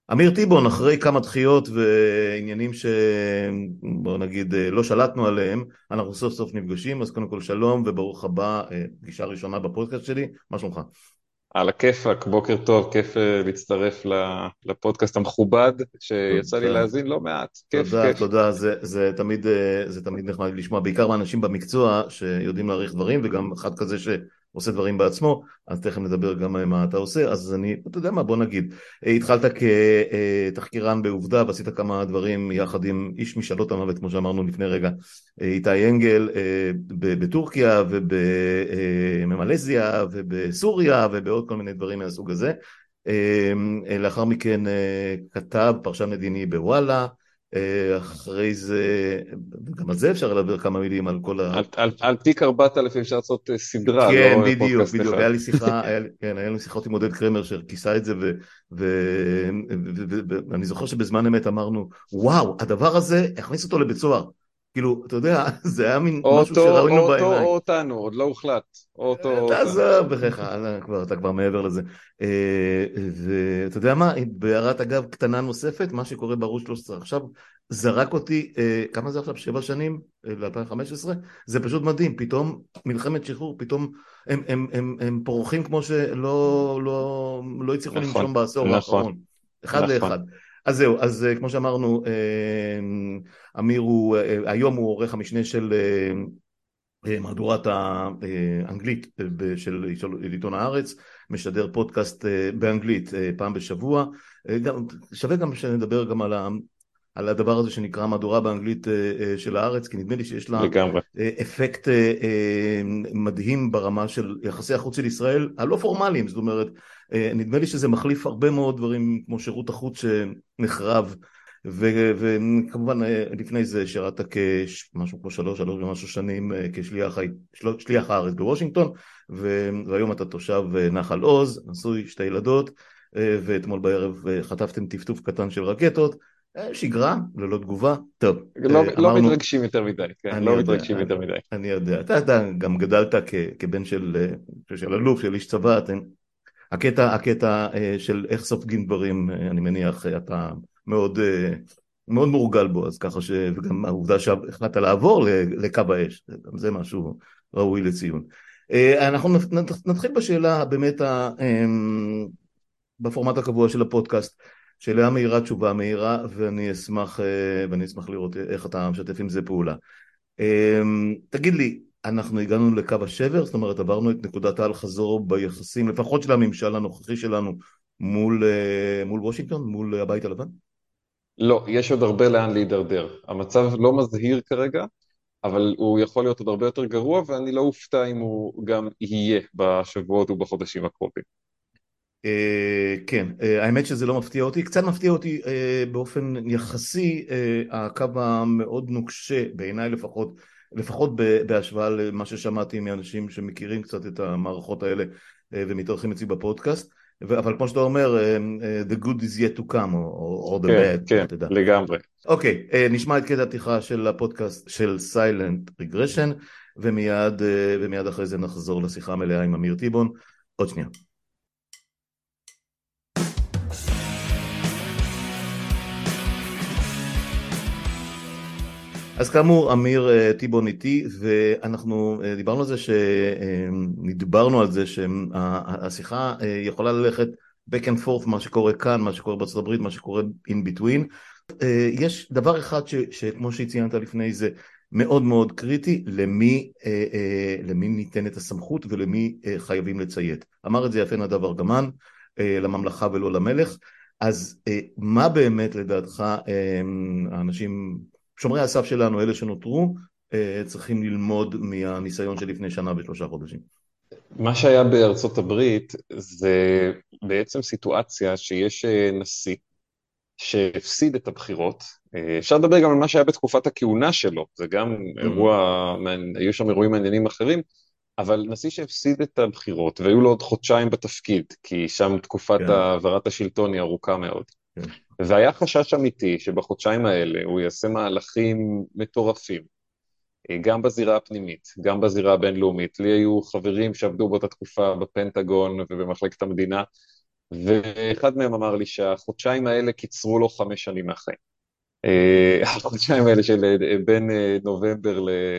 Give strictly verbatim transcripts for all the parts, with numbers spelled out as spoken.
אמיר טיבון, אחרי כמה דחיות ועניינים שבוא נגיד לא שלטנו עליהם, אנחנו סוף סוף נפגשים, אז קודם כל שלום וברוך הבא, פגישה ראשונה בפודקאסט שלי, מה שלומך? על הכיפאק, בוקר טוב, כיף אה, להצטרף ל- לפודקאסט המכובד שיצא לי תודה, להאזין לא מעט, כיף, תודה, כיף. תודה, זה, זה תמיד, אה, זה תמיד נחמד לשמוע, בעיקר מאנשים במקצוע שיודעים להעריך דברים, וגם אחד כזה שעושה דברים בעצמו, אז תכף נדבר גם על מה אתה עושה, אז אני, אתה יודע מה, בוא נגיד, אה, התחלת כתחקירן בעובדה, ועשית כמה דברים יחד עם איש משאלות המוות, כמו שאמרנו לפני רגע, אה, איתי אנגל, אה, ב- בטורקיה ובמלזיה ובסוריה ובעוד כל מיני דברים מהסוג הזה. אה, לאחר מכן אה, כתב פרשן מדיני בוואלה, אה, אחרי זה, גם על זה אפשר לדבר כמה מילים על כל ה... על, על, על תיק ארבעת אלפים אפשר לעשות אה, סדרה, כן, לא אה, בדיוק, פודקאסט בדיוק, אחד. היה לי שיחה, היה, לי- כן, היה לי שיחות עם עודד קרמר שכיסה את זה, ו- ו- ו- ו- ו- ואני זוכר שבזמן אמת אמרנו, וואו, הדבר הזה, הכניס אותו לבית סוהר. כאילו, אתה יודע, זה היה מין או משהו אותו, שראינו או אותו בעיניים. או אותנו, עוד לא הוחלט, או אותו או אותנו. תעזוב בחייך, אללה, כבר, אתה כבר מעבר לזה. אה, ואתה יודע מה, בהערת אגב קטנה נוספת, מה שקורה בערוץ שלוש עשרה עכשיו, זרק אותי, אה, כמה זה עכשיו? שבע שנים? ל-אלפיים וחמש עשרה? זה פשוט מדהים, פתאום מלחמת שחרור, פתאום הם, הם, הם, הם פורחים כמו שלא לא, לא הצליחו נכון, לנשום בעשור נכון, האחרון, אחד נכון. לאחד. אז זהו, אז אה, כמו שאמרנו, אה, אמיר הוא, אה, היום הוא עורך המשנה של אה, מהדורת האנגלית של עיתון הארץ, משדר פודקאסט באנגלית פעם בשבוע. גם, שווה גם שנדבר גם על, ה, על הדבר הזה שנקרא מהדורה באנגלית של הארץ, כי נדמה לי שיש לה לגמרי. אפקט מדהים ברמה של יחסי החוץ של ישראל, הלא פורמליים, זאת אומרת, נדמה לי שזה מחליף הרבה מאוד דברים כמו שירות החוץ שנחרב, ו- וכמובן לפני זה שירת כמשהו כמו שלוש, שלוש ומשהו שנים אה, כשליח הי- של- שליח הארץ בוושינגטון, ו- והיום אתה תושב אה, נחל עוז, נשוי, שתי ילדות, אה, ואתמול בערב אה, חטפתם טפטוף קטן של רקטות, אה, שגרה, ללא תגובה. טוב, לא, אה, לא אמרנו, מתרגשים יותר מדי, כן, אני לא יודע, מתרגשים יותר מדי. אני יודע, אתה, אתה גם גדלת כ, כבן של, אה, של אלוף, של איש צבא, אתם, הקטע, הקטע אה, של איך סופגים דברים, אה, אני מניח, אה, אתה מאוד, אה, מאוד מורגל בו, אז ככה ש... וגם העובדה שהחלטת לעבור ל- לקו האש, גם זה משהו ראוי לציון. אה, אנחנו נ- נתחיל בשאלה באמת ה- אמ, בפורמט הקבוע של הפודקאסט, שאלה מהירה, תשובה מהירה, ואני אשמח, אה, ואני אשמח לראות איך אתה משתף עם זה פעולה. אמ, תגיד לי, אנחנו הגענו לקו השבר, זאת אומרת עברנו את נקודת האל חזור ביחסים, לפחות של הממשל הנוכחי שלנו מול, אה, מול וושינגטון, מול הבית הלבן? לא, יש עוד הרבה לאן להידרדר. המצב לא מזהיר כרגע, אבל הוא יכול להיות עוד הרבה יותר גרוע, ואני לא אופתע אם הוא גם יהיה בשבועות ובחודשים הקרובים. אה, כן, אה, האמת שזה לא מפתיע אותי, קצת מפתיע אותי אה, באופן יחסי אה, הקו המאוד נוקשה, בעיניי לפחות, לפחות ב- בהשוואה למה ששמעתי מאנשים שמכירים קצת את המערכות האלה אה, ומתארחים אצלי בפודקאסט, ו- אבל כמו שאתה אומר, אה, אה, the good is yet to come, או, או the כן, bad, כן, לך תדע. לגמרי. אוקיי, אה, נשמע את קטע הפתיחה של הפודקאסט של Silent Regression, ומיד, אה, ומיד אחרי זה נחזור לשיחה המלאה עם אמיר טיבון. עוד שנייה. אז כאמור, אמיר אה, טיבון איתי, ואנחנו אה, דיברנו על זה, שנדברנו על זה שהשיחה אה, יכולה ללכת back and forth, מה שקורה כאן, מה שקורה בארצות הברית, מה שקורה in between. אה, יש דבר אחד ש, שכמו שציינת לפני זה, מאוד מאוד קריטי, למי, אה, אה, למי ניתנת הסמכות ולמי אה, חייבים לציית. אמר את זה יפה נדב ארגמן, אה, לממלכה ולא למלך. אז אה, מה באמת לדעתך אה, האנשים שומרי הסף שלנו, אלה שנותרו, אה, צריכים ללמוד מהניסיון של לפני שנה ושלושה חודשים? מה שהיה בארצות הברית זה בעצם סיטואציה שיש אה, נשיא שהפסיד את הבחירות. אה, אפשר לדבר גם על מה שהיה בתקופת הכהונה שלו, זה גם Mhm. אירוע, מעניין- היו שם אירועים מעניינים אחרים, אבל נשיא שהפסיד את הבחירות והיו לו עוד חודשיים בתפקיד, כי שם תקופת כן, העברת השלטון היא ארוכה מאוד. כן, והיה חשש אמיתי שבחודשיים האלה הוא יעשה מהלכים מטורפים, אה, גם בזירה הפנימית, גם בזירה הבינלאומית. לי היו חברים שעבדו באותה תקופה בפנטגון ובמחלקת המדינה, ואחד מהם אמר לי שהחודשיים האלה קיצרו לו חמש שנים מהחיים. אה, החודשיים האלה של אה, בין אה, נובמבר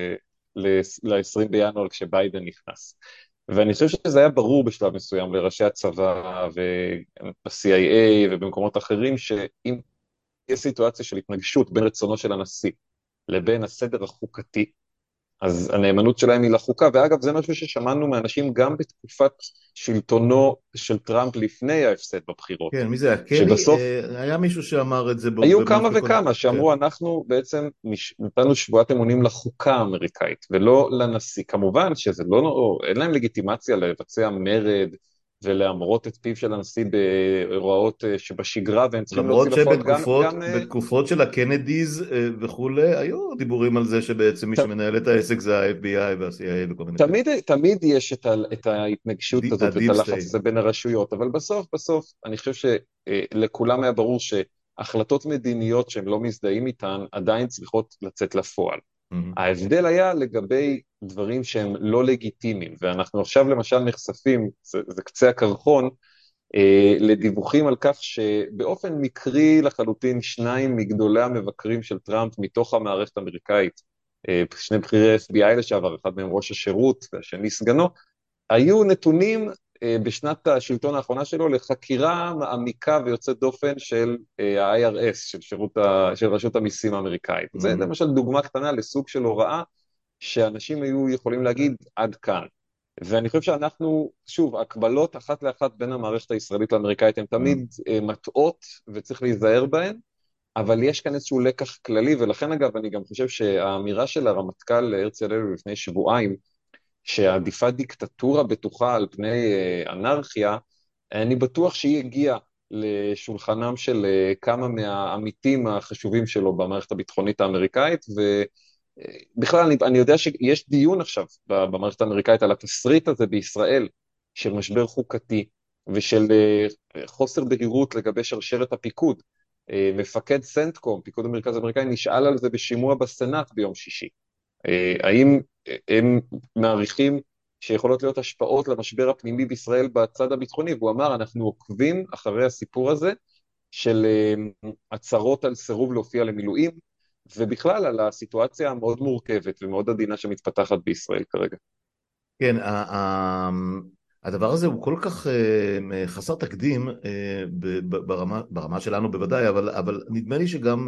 ל-עשרים בינואר כשביידן נכנס. ואני חושב שזה היה ברור בשלב מסוים לראשי הצבא וב-סי איי איי ובמקומות אחרים, שאם יש סיטואציה של התנגשות בין רצונו של הנשיא לבין הסדר החוקתי, אז הנאמנות שלהם היא לחוקה, ואגב זה משהו ששמענו מאנשים גם בתקופת שלטונו של טראמפ לפני ההפסד בבחירות, כן, מי זה היה? קרי? שבסוף אה, היה מישהו שאמר את זה ב- היו כמה במשהו קודם. וכמה כן. שאמרו אנחנו בעצם נש- נתנו שבועת אמונים לחוקה האמריקאית ולא לנשיא. כמובן שזה לא, לא, אין להם לגיטימציה לבצע מרד ולהמרות את פיו של הנשיא בהוראות אה, שבשגרה, והם צריכים למרות להוציא לפועל גם, שבתקופות גם אה, בתקופות של הקנדיז אה, וכולי, היו דיבורים על זה שבעצם מי שמנהל את העסק זה ה-אף בי איי וה-סי איי איי וכל מיני כאלה. תמיד, תמיד יש את, ה, את ההתנגשות הזאת ואת הדיפ הלחץ סטייט. הזה בין הרשויות, אבל בסוף, בסוף, אני חושב שלכולם היה ברור שהחלטות מדיניות שהם לא מזדהים איתן עדיין צריכות לצאת לפועל. ההבדל היה לגבי דברים שהם לא לגיטימיים, ואנחנו עכשיו למשל נחשפים, זה, זה קצה הקרחון, אה, לדיווחים על כך שבאופן מקרי לחלוטין שניים מגדולי המבקרים של טראמפ מתוך המערכת האמריקאית, אה, שני בכירי אף בי איי לשעבר, אחד מהם ראש השירות והשני סגנו, היו נתונים אה, בשנת השלטון האחרונה שלו לחקירה מעמיקה ויוצאת דופן של אה, ה-איי אר אס, של, שירות ה, של רשות המיסים האמריקאית. זה למשל דוגמה קטנה לסוג של הוראה שאנשים היו יכולים להגיד עד כאן. ואני חושב שאנחנו, שוב, הקבלות אחת לאחת בין המערכת הישראלית לאמריקאית הן תמיד אה, מטעות וצריך להיזהר בהן, אבל יש כאן איזשהו לקח כללי, ולכן אגב אני גם חושב שהאמירה של הרמטכ"ל הרצי הלוי לפני שבועיים, שעדיפה דיקטטורה בטוחה על פני אה, אנרכיה, אני בטוח שהיא הגיעה לשולחנם של אה, כמה מהעמיתים החשובים שלו במערכת הביטחונית האמריקאית, ובכלל אני, אני יודע שיש דיון עכשיו במערכת האמריקאית על התסריט הזה בישראל, של משבר חוקתי ושל אה, חוסר בהירות לגבי שרשרת הפיקוד. אה, מפקד סנטקום, פיקוד המרכז האמריקאי, נשאל על זה בשימוע בסנאט ביום שישי. אה, האם הם מעריכים שיכולות להיות השפעות למשבר הפנימי בישראל בצד הביטחוני, והוא אמר, אנחנו עוקבים אחרי הסיפור הזה של אה, הצהרות על סירוב להופיע למילואים, ובכלל על הסיטואציה המאוד מורכבת ומאוד עדינה שמתפתחת בישראל כרגע. כן, ה- ה- הדבר הזה הוא כל כך אה, חסר תקדים אה, ב- ב- ברמה, ברמה שלנו בוודאי, אבל, אבל נדמה לי שגם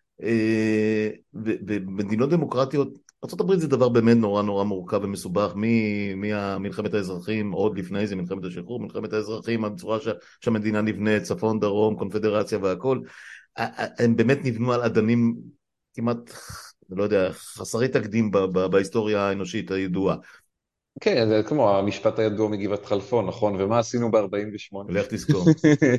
אה, ב- במדינות דמוקרטיות, ארה"ב זה דבר באמת נורא נורא מורכב ומסובך, מ- ממלחמת האזרחים, עוד לפני זה מלחמת השחרור, מלחמת האזרחים, הצורה ש- שהמדינה נבנית, צפון, דרום, קונפדרציה והכל, ה- ה- הם באמת נבנו על אדנים כמעט, לא יודע, חסרי תקדים ב- ב- בהיסטוריה האנושית הידועה. כן, זה כמו המשפט הידוע מגבעת חלפון, נכון? ומה עשינו ב-ארבעים ושמונה? לך תזכור.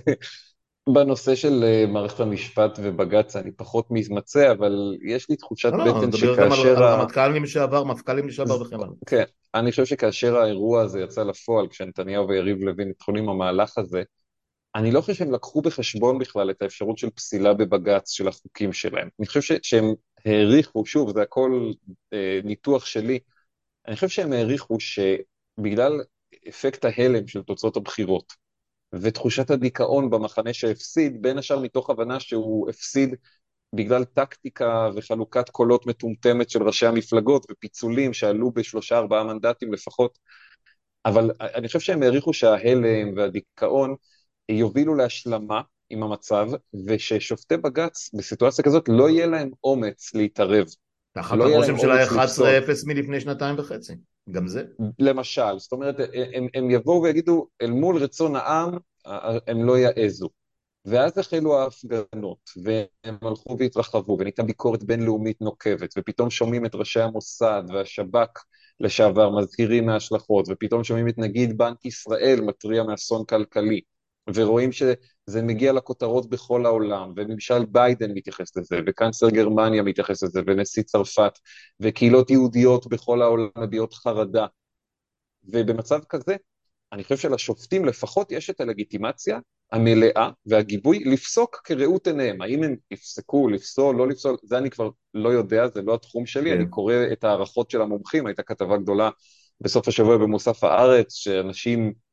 בנושא של אה, מערכת המשפט ובג"ץ אני פחות מתמצא, אבל יש לי תחושת לא, לא, אני בטן מדבר גם על, שכאשר על ה... רמטכ"לים לשעבר, מפכ"לים לשעבר וכן הלאה. כן, אני חושב שכאשר האירוע הזה יצא לפועל, כשנתניהו ויריב לוין התחילו עם המהלך הזה, אני לא חושב שהם לקחו בחשבון בכלל את האפשרות של פסילה בבג"ץ של החוקים שלהם. אני חושב ש- שהם העריכו, שוב, זה הכל אה, ניתוח שלי, אני חושב שהם העריכו שבגלל אפקט ההלם של תוצאות הבחירות, ותחושת הדיכאון במחנה שהפסיד, בין השאר מתוך הבנה שהוא הפסיד בגלל טקטיקה וחלוקת קולות מטומטמת של ראשי המפלגות ופיצולים שעלו בשלושה ארבעה מנדטים לפחות, אבל אני חושב שהם העריכו שההלם והדיכאון יובילו להשלמה עם המצב, וששופטי בג"ץ בסיטואציה כזאת לא יהיה להם אומץ להתערב, תחת לא יהיה להם הרושם של אומץ לפסול. ה-אחת עשרה אפס מלפני שנתיים וחצי, גם זה. למשל, זאת אומרת, הם, הם יבואו ויגידו, אל מול רצון העם, הם לא יעזו. ואז החלו ההפגנות, והם הלכו והתרחבו, ונהייתה ביקורת בינלאומית נוקבת, ופתאום שומעים את ראשי המוסד והשב"כ לשעבר מזהירים מההשלכות, ופתאום שומעים את נגיד בנק ישראל מתריע מאסון כלכלי, ורואים שזה מגיע לכותרות בכל העולם, וממשל ביידן מתייחס לזה, וקנצלר גרמניה מתייחס לזה, ונשיא צרפת, וקהילות יהודיות בכל העולם מביעות חרדה. ובמצב כזה, אני חושב שלשופטים לפחות יש את הלגיטימציה המלאה והגיבוי לפסוק כראות עיניהם. האם הם יפסקו, לפסול, לא לפסול, זה אני כבר לא יודע, זה לא התחום שלי, אני כן. קורא את הערכות של המומחים, הייתה כתבה גדולה בסוף השבוע במוסף הארץ, שאנשים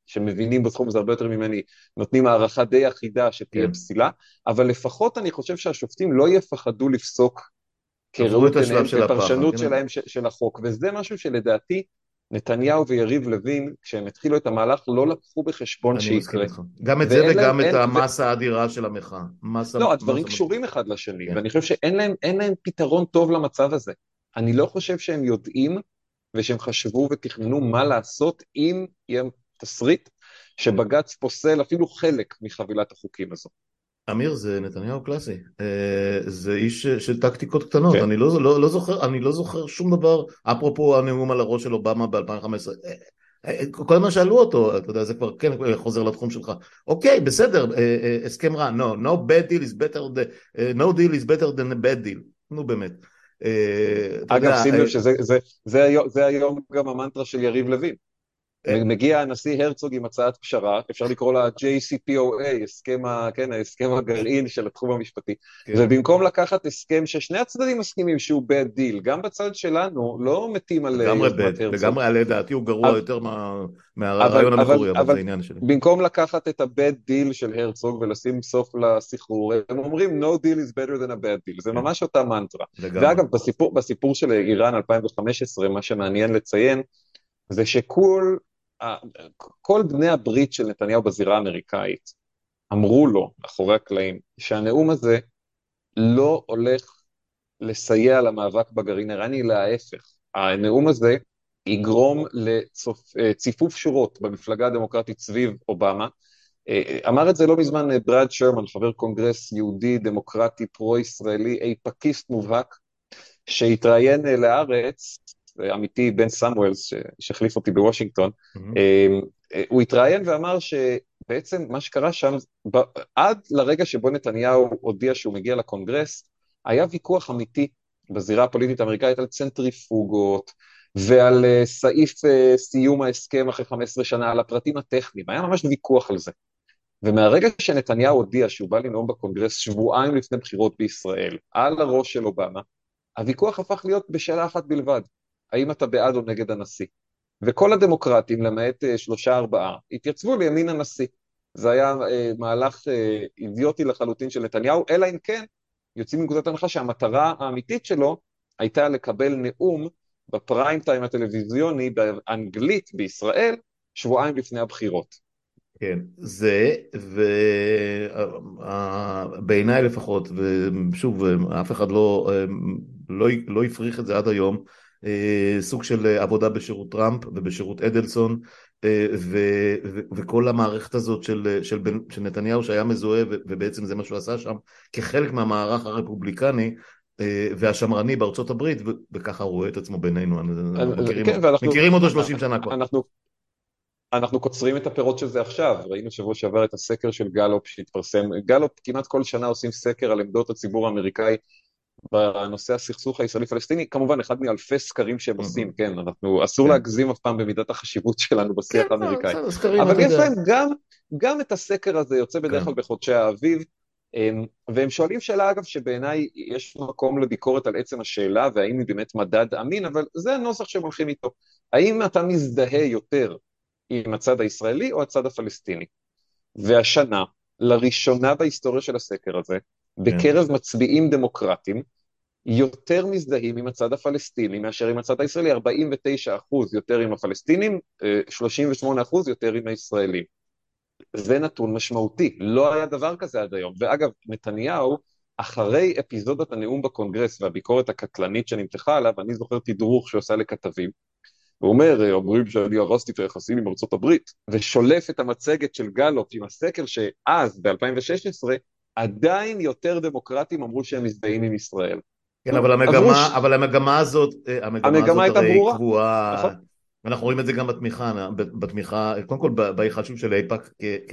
שמבינים בתחום הזה הרבה יותר ממני, נותנים הערכה די אחידה שתהיה כן. פסילה, אבל לפחות אני חושב שהשופטים לא יפחדו לפסוק עברו את כראות השלב עיניהם, של הפחד, כפרשנות כן. שלהם ש- של החוק, וזה משהו שלדעתי נתניהו ויריב לוין, כשהם התחילו את המהלך, לא לקחו בחשבון אני מסכים שיקרה. איתך. גם את זה ואין להם, וגם את אין, ו... המסה האדירה של המחאה. מסה, לא, הדברים מסה, קשורים אחד לשני, כן. ואני חושב שאין להם, אין להם פתרון טוב למצב הזה. אני לא חושב שהם יודעים, ושהם חשבו ותכננו מה לעשות אם יהיה תסריט, שבג"ץ פוסל אפילו חלק מחבילת החוקים הזו. אמיר, זה נתניהו קלאסי. אה, זה איש של טקטיקות קטנות. כן. אני לא, לא, לא זוכר, אני לא זוכר שום דבר, אפרופו הנאום על הראש של אובמה ב-אלפיים וחמש עשרה. אה, אה, כל הזמן שאלו אותו, אתה יודע, זה כבר כן חוזר לתחום שלך. אוקיי, בסדר, אה, אה, הסכם רע. No, no bad deal is better than, אה, no deal is better than a bad deal. נו באמת. אה, אתה אגב, יודע, שים אה, לב שזה זה, זה היום, זה היום גם המנטרה של יריב לוין. אה, מגיע הנשיא הרצוג עם הצעת פשרה, אפשר לקרוא לה ג'יי סי פי או איי, הסכם, ה, כן, הסכם הגרעין של התחום המשפטי, כן. ובמקום לקחת הסכם ששני הצדדים מסכימים שהוא bad deal, גם בצד שלנו לא מתים על אה, לגמרי ב', יוזמת הרצוג, לגמרי עלי דעתי הוא גרוע יותר מה, אבל, מהרעיון אבל, המקורי, אבל אבל זה עניין שלי. במקום לקחת את ה-bad deal של הרצוג ולשים סוף לסחרור, הם אומרים no deal is better than a bad deal, זה כן, ממש אותה מנטרה. לגמרי. ואגב, בסיפור, בסיפור של איראן אלפיים וחמש עשרה, מה שמעניין לציין, זה שכל כל בני הברית של נתניהו בזירה האמריקאית אמרו לו, אחורי הקלעים, שהנאום הזה לא הולך לסייע למאבק בגרעין האיראני, אלא ההפך. הנאום הזה יגרום לציפוף שורות במפלגה הדמוקרטית סביב אובמה. אמר את זה לא מזמן ברד שרמן, חבר קונגרס יהודי, דמוקרטי, פרו-ישראלי, איפקיסט מובהק, שהתראיין לארץ, עמיתי בן סמואלס, שהחליף אותי בוושינגטון, Mhm. הוא התראיין ואמר שבעצם מה שקרה שם, עד לרגע שבו נתניהו הודיע שהוא מגיע לקונגרס, היה ויכוח אמיתי בזירה הפוליטית האמריקאית על צנטריפוגות, ועל סעיף סיום ההסכם אחרי חמש עשרה שנה, על הפרטים הטכניים, היה ממש ויכוח על זה. ומהרגע שנתניהו הודיע שהוא בא לנאום בקונגרס שבועיים לפני בחירות בישראל, על הראש של אובמה, הוויכוח הפך להיות בשאלה אחת בלבד, האם אתה בעד או נגד הנשיא. וכל הדמוקרטים, למעט שלושה ארבעה, התייצבו לימין הנשיא. זה היה אה, מהלך אה, אידיוטי לחלוטין של נתניהו, אלא אם כן, יוצאים מנקודת הנחה שהמטרה האמיתית שלו הייתה לקבל נאום בפריים טיים הטלוויזיוני באנגלית בישראל, שבועיים לפני הבחירות. כן, זה, ובעיניי לפחות, ושוב, אף אחד לא, לא, לא הפריך את זה עד היום, סוג של עבודה בשירות טראמפ ובשירות אדלסון, ו, ו, וכל המערכת הזאת של, של, של נתניהו שהיה מזוהה, ובעצם זה מה שהוא עשה שם, כחלק מהמערך הרפובליקני, והשמרני בארצות הברית, וככה הוא רואה את עצמו בינינו, אנחנו מכירים, כן, ואנחנו, מכירים אותו שלושים שנה כבר. אנחנו, אנחנו קוצרים את הפירות של זה עכשיו, ראינו שבוע שעבר את הסקר של גלופ שהתפרסם, גלופ כמעט כל שנה עושים סקר על עמדות הציבור האמריקאי בנושא הסכסוך הישראלי-פלסטיני, כמובן אחד מאלפי סקרים שהם עושים, כן, אנחנו, אסור כן. להגזים אף פעם במידת החשיבות שלנו כן, בשיח האמריקאי, בסדר, סקרים, אבל אתה יש יודע. להם גם, גם את הסקר הזה, יוצא בדרך כן. כלל בחודשי האביב, והם שואלים שאלה אגב שבעיניי יש מקום לביקורת על עצם השאלה, והאם היא באמת מדד אמין, אבל זה הנוסח שהם הולכים איתו, האם אתה מזדהה יותר עם הצד הישראלי או הצד הפלסטיני? והשנה, לראשונה בהיסטוריה של הסקר הזה, כן. בקרב מצביעים דמוקרטים, יותר מזדהים עם הצד הפלסטיני מאשר עם הצד הישראלי, ארבעים ותשעה אחוז יותר עם הפלסטינים, שלושים ושמונה אחוז יותר עם הישראלים. זה נתון משמעותי, לא היה דבר כזה עד היום. ואגב, נתניהו, אחרי אפיזודת הנאום בקונגרס והביקורת הקטלנית שנמתחה עליו, אני זוכר תדרוך שעושה לכתבים, הוא אומר, אומרים שאני הרסתי את היחסים עם ארצות הברית, ושולף את המצגת של גלופ עם הסקר שאז, ב-אלפיים ושש עשרה, עדיין יותר דמוקרטים אמרו שהם מזדהים עם ישראל. כן, נו, אבל עברו המגמה, ש... אבל המגמה הזאת, המגמה המגמה הזאת הייתה הרי ברורה, קבועה, נכון? אנחנו רואים את זה גם בתמיכה, בתמיכה, קודם כל בהיחלשות של איפא"ק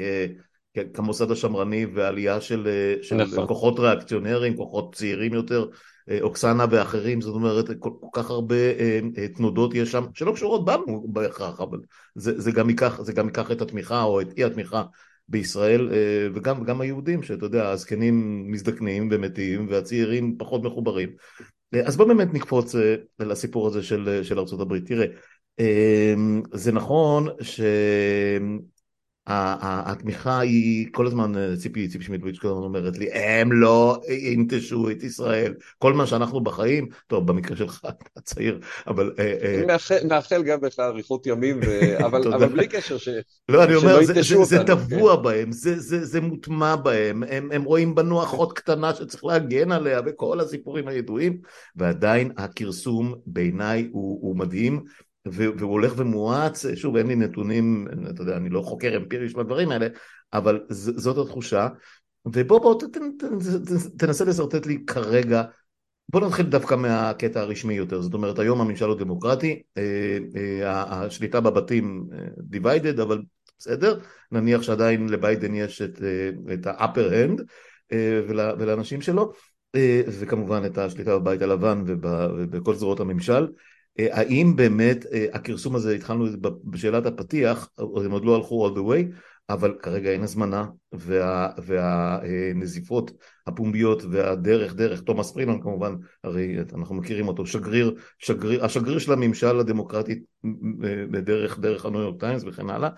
כמוסד השמרני, ועלייה של, של נכון. כוחות ריאקציונרים, כוחות צעירים יותר, אוקסנה ואחרים, זאת אומרת, כל, כל כך הרבה תנודות יש שם, שלא קשורות בנו בהכרח, אבל זה, זה גם ייקח, זה גם ייקח את התמיכה או את אי התמיכה בישראל, וגם, גם היהודים, שאתה יודע, הזקנים מזדקנים ומתים, והצעירים פחות מחוברים. אז בוא באמת נקפוץ לסיפור הזה של, של ארצות הברית. תראה, זה נכון ש... התמיכה היא כל הזמן, ציפי, ציפי שמיטוויץ' כל הזמן אומרת לי, הם לא ינטשו את ישראל, כל מה שאנחנו בחיים, טוב, במקרה שלך, אתה צעיר, אבל... אני מאחל, מאחל גם לך אריכות ימים, ו... אבל, תודה. אבל בלי קשר ש... לא, אני שלא אומר, זה, ינטשו זה, זה אותנו, כן. טבוע בהם, זה, זה, זה מוטמע בהם, הם, הם רואים בנו אחות קטנה שצריך להגן עליה, וכל הסיפורים הידועים, ועדיין הכרסום בעיניי הוא, הוא מדהים, והוא הולך ומואץ, שוב אין לי נתונים, אתה יודע, אני לא חוקר אמפירי של הדברים האלה, אבל זאת התחושה, ובוא בוא ת, ת, ת, ת, תנסה לסרטט לי כרגע, בוא נתחיל דווקא מהקטע הרשמי יותר, זאת אומרת היום הממשל הוא דמוקרטי, אה, אה, השליטה בבתים אה, divided, אבל בסדר, נניח שעדיין לביידן יש את, אה, את ה-upper hand אה, ול, ולאנשים שלו, אה, וכמובן את השליטה בבית הלבן ובכל זרועות הממשל, אה, האם באמת אה, הכרסום הזה, התחלנו בשאלת הפתיח, הם עוד לא הלכו all the way, אבל כרגע אין הזמנה, וה, והנזיפות הפומביות והדרך, דרך, תומאס פרידמן כמובן, הרי אנחנו מכירים אותו, שגריר, שגריר, השגריר של הממשל הדמוקרטי בדרך, דרך הניו יורק טיימס וכן הלאה,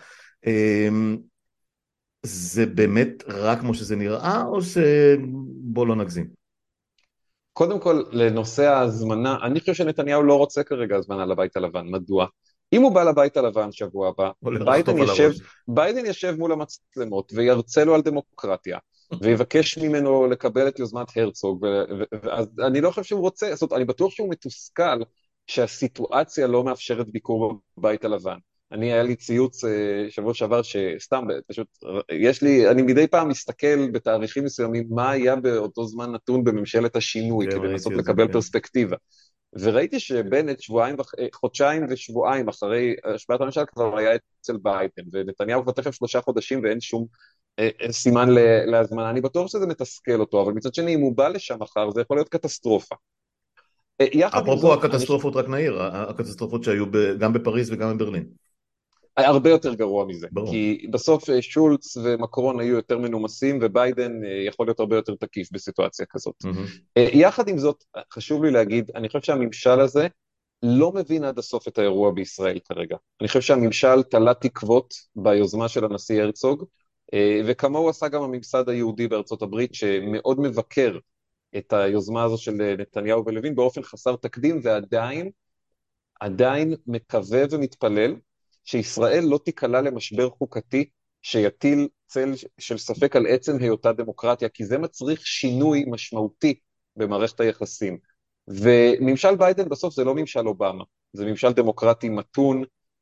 זה באמת רק כמו שזה נראה, או שבוא לא נגזים? קודם כל, לנושא ההזמנה, אני חושב שנתניהו לא רוצה כרגע הזמנה לבית הלבן. מדוע? אם הוא בא לבית הלבן שבוע הבא, הולך ביידן לחטוף על ישב, הראש. ביידן ישב מול המצלמות וירצה לו על דמוקרטיה, ויבקש ממנו לקבל את יוזמת הרצוג, אז אני לא חושב שהוא רוצה, זאת אומרת, אני בטוח שהוא מתוסכל שהסיטואציה לא מאפשרת ביקור בבית הלבן. אני, היה לי ציוץ שבוע שעבר שסתם, פשוט, יש לי, אני מדי פעם מסתכל בתאריכים מסוימים, מה היה באותו זמן נתון בממשלת השינוי, כן, כדי ראיתי לנסות את זה, לקבל כן. פרספקטיבה. וראיתי שבנט שבועיים, חודשיים ושבועיים אחרי השבעת הממשל כבר היה אצל ביידן, ונתניהו כבר תכף שלושה חודשים ואין שום אין סימן להזמנה. אני בטוח שזה מתסכל אותו, אבל מצד שני, אם הוא בא לשם מחר, זה יכול להיות קטסטרופה. יחד עם אפרופו זאת, אני הקטסטרופות, רק נעיר, הקטסטרופות שהיו גם בפריז וגם בברלין. הרבה יותר גרוע מזה, ברור. כי בסוף שולץ ומקרון היו יותר מנומסים, וביידן יכול להיות הרבה יותר תקיף בסיטואציה כזאת. Mm-hmm. יחד עם זאת, חשוב לי להגיד, אני חושב שהממשל הזה לא מבין עד הסוף את האירוע בישראל כרגע. אני חושב שהממשל תלה תקוות ביוזמה של הנשיא הרצוג, וכמוהו עשה גם הממסד היהודי בארצות הברית, שמאוד מבקר את היוזמה הזו של נתניהו ולוין באופן חסר תקדים, ועדיין, עדיין מקווה ומתפלל, שישראל לא תיקלע למשבר חוקתי שיטיל צל של ספק על עצם היותה דמוקרטיה, כי זה מצריך שינוי משמעותי במערכת היחסים. וממשל ביידן בסוף זה לא ממשל אובמה, זה ממשל דמוקרטי מתון,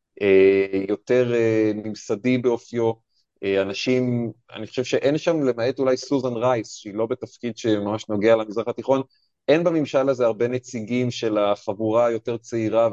יותר ממסדי באופיו, אנשים, אני חושב שאין שם למעט אולי סוזן רייס, שהיא לא בתפקיד שממש נוגע למזרח התיכון, אין בממשל הזה הרבה נציגים של החבורה היותר צעירה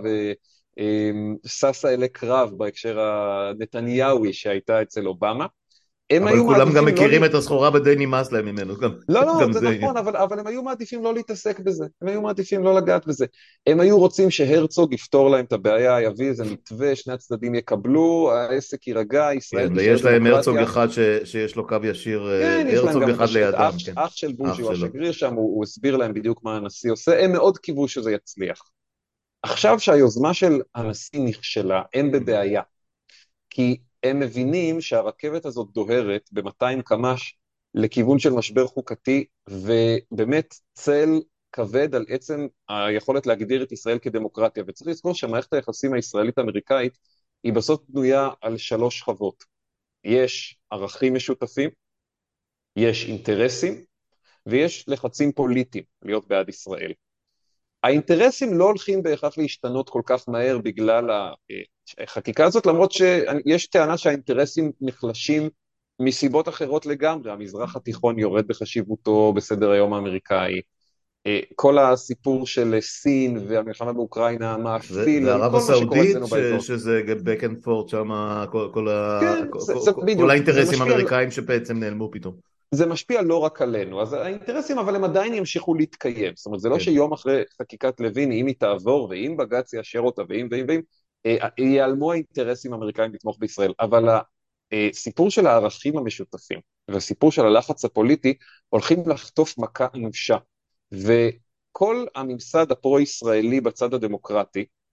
וססה אלי קרב בהקשר הנתניהוי שהייתה אצל אובמה. הם אבל היו כולם גם מעדיפים לא... מכירים את הסחורה ודי נמאס להם ממנו, גם, לא, לא, גם זה זה נכון, עניין. אבל, אבל הם היו מעדיפים לא להתעסק בזה, הם היו מעדיפים לא לגעת בזה. הם היו רוצים שהרצוג יפתור להם את הבעיה, יביא איזה מתווה, שני הצדדים יקבלו, העסק יירגע, ישראל כן, תישאר ויש להם הרצוג דמוקרטיה. אחד ש, שיש לו קו ישיר, כן, יש להם הרצוג גם את, אחד הש... את לידם, אח, כן, אח של בוז'י, אח הוא שלו. השגריר שם, הוא, הוא הסביר להם בדיוק מה הנשיא עושה, הם מאוד קיוו שזה יצליח. עכשיו שהיוזמה של הנשיא נכשלה, הם בבעיה, כי הם מבינים שהרכבת הזאת דוהרת ב-מאתיים קמ"ש לכיוון של משבר חוקתי, ובאמת צל כבד על עצם היכולת להגדיר את ישראל כדמוקרטיה, וצריך לזכור שמערכת היחסים הישראלית-אמריקאית היא בסוף בנויה על שלוש שכבות. יש ערכים משותפים, יש אינטרסים, ויש לחצים פוליטיים להיות בעד ישראל. האינטרסים לא הולכים בהכרח להשתנות כל כך מהר בגלל החקיקה הזאת, למרות שיש טענה שהאינטרסים נחלשים מסיבות אחרות לגמרי, המזרח התיכון יורד בחשיבותו בסדר היום האמריקאי, כל הסיפור של סין והמלחמה באוקראינה מאפיל על וערב כל מה שקורה הסעודית, אצלנו ש, באזור. שזה back and forth שם, כל, כל, ה, כן, כל, זה, כל, זה כל בדיוק, זה האינטרסים משפיע, האמריקאים שבעצם נעלמו פתאום. זה משפיע לא רק עלינו, אז האינטרסים אבל הם עדיין ימשיכו להתקיים, זאת אומרת זה לא כן. שיום אחרי חקיקת לוין, אם היא תעבור ואם בג"ץ יאשר אותה ואם ואם ואם, ייעלמו האינטרסים האמריקאים לתמוך בישראל, אבל הסיפור של הערכים המשותפים והסיפור של הלחץ הפוליטי הולכים לחטוף מכה אנושה, וכל הממסד הפרו-ישראלי בצד הדמוקרטי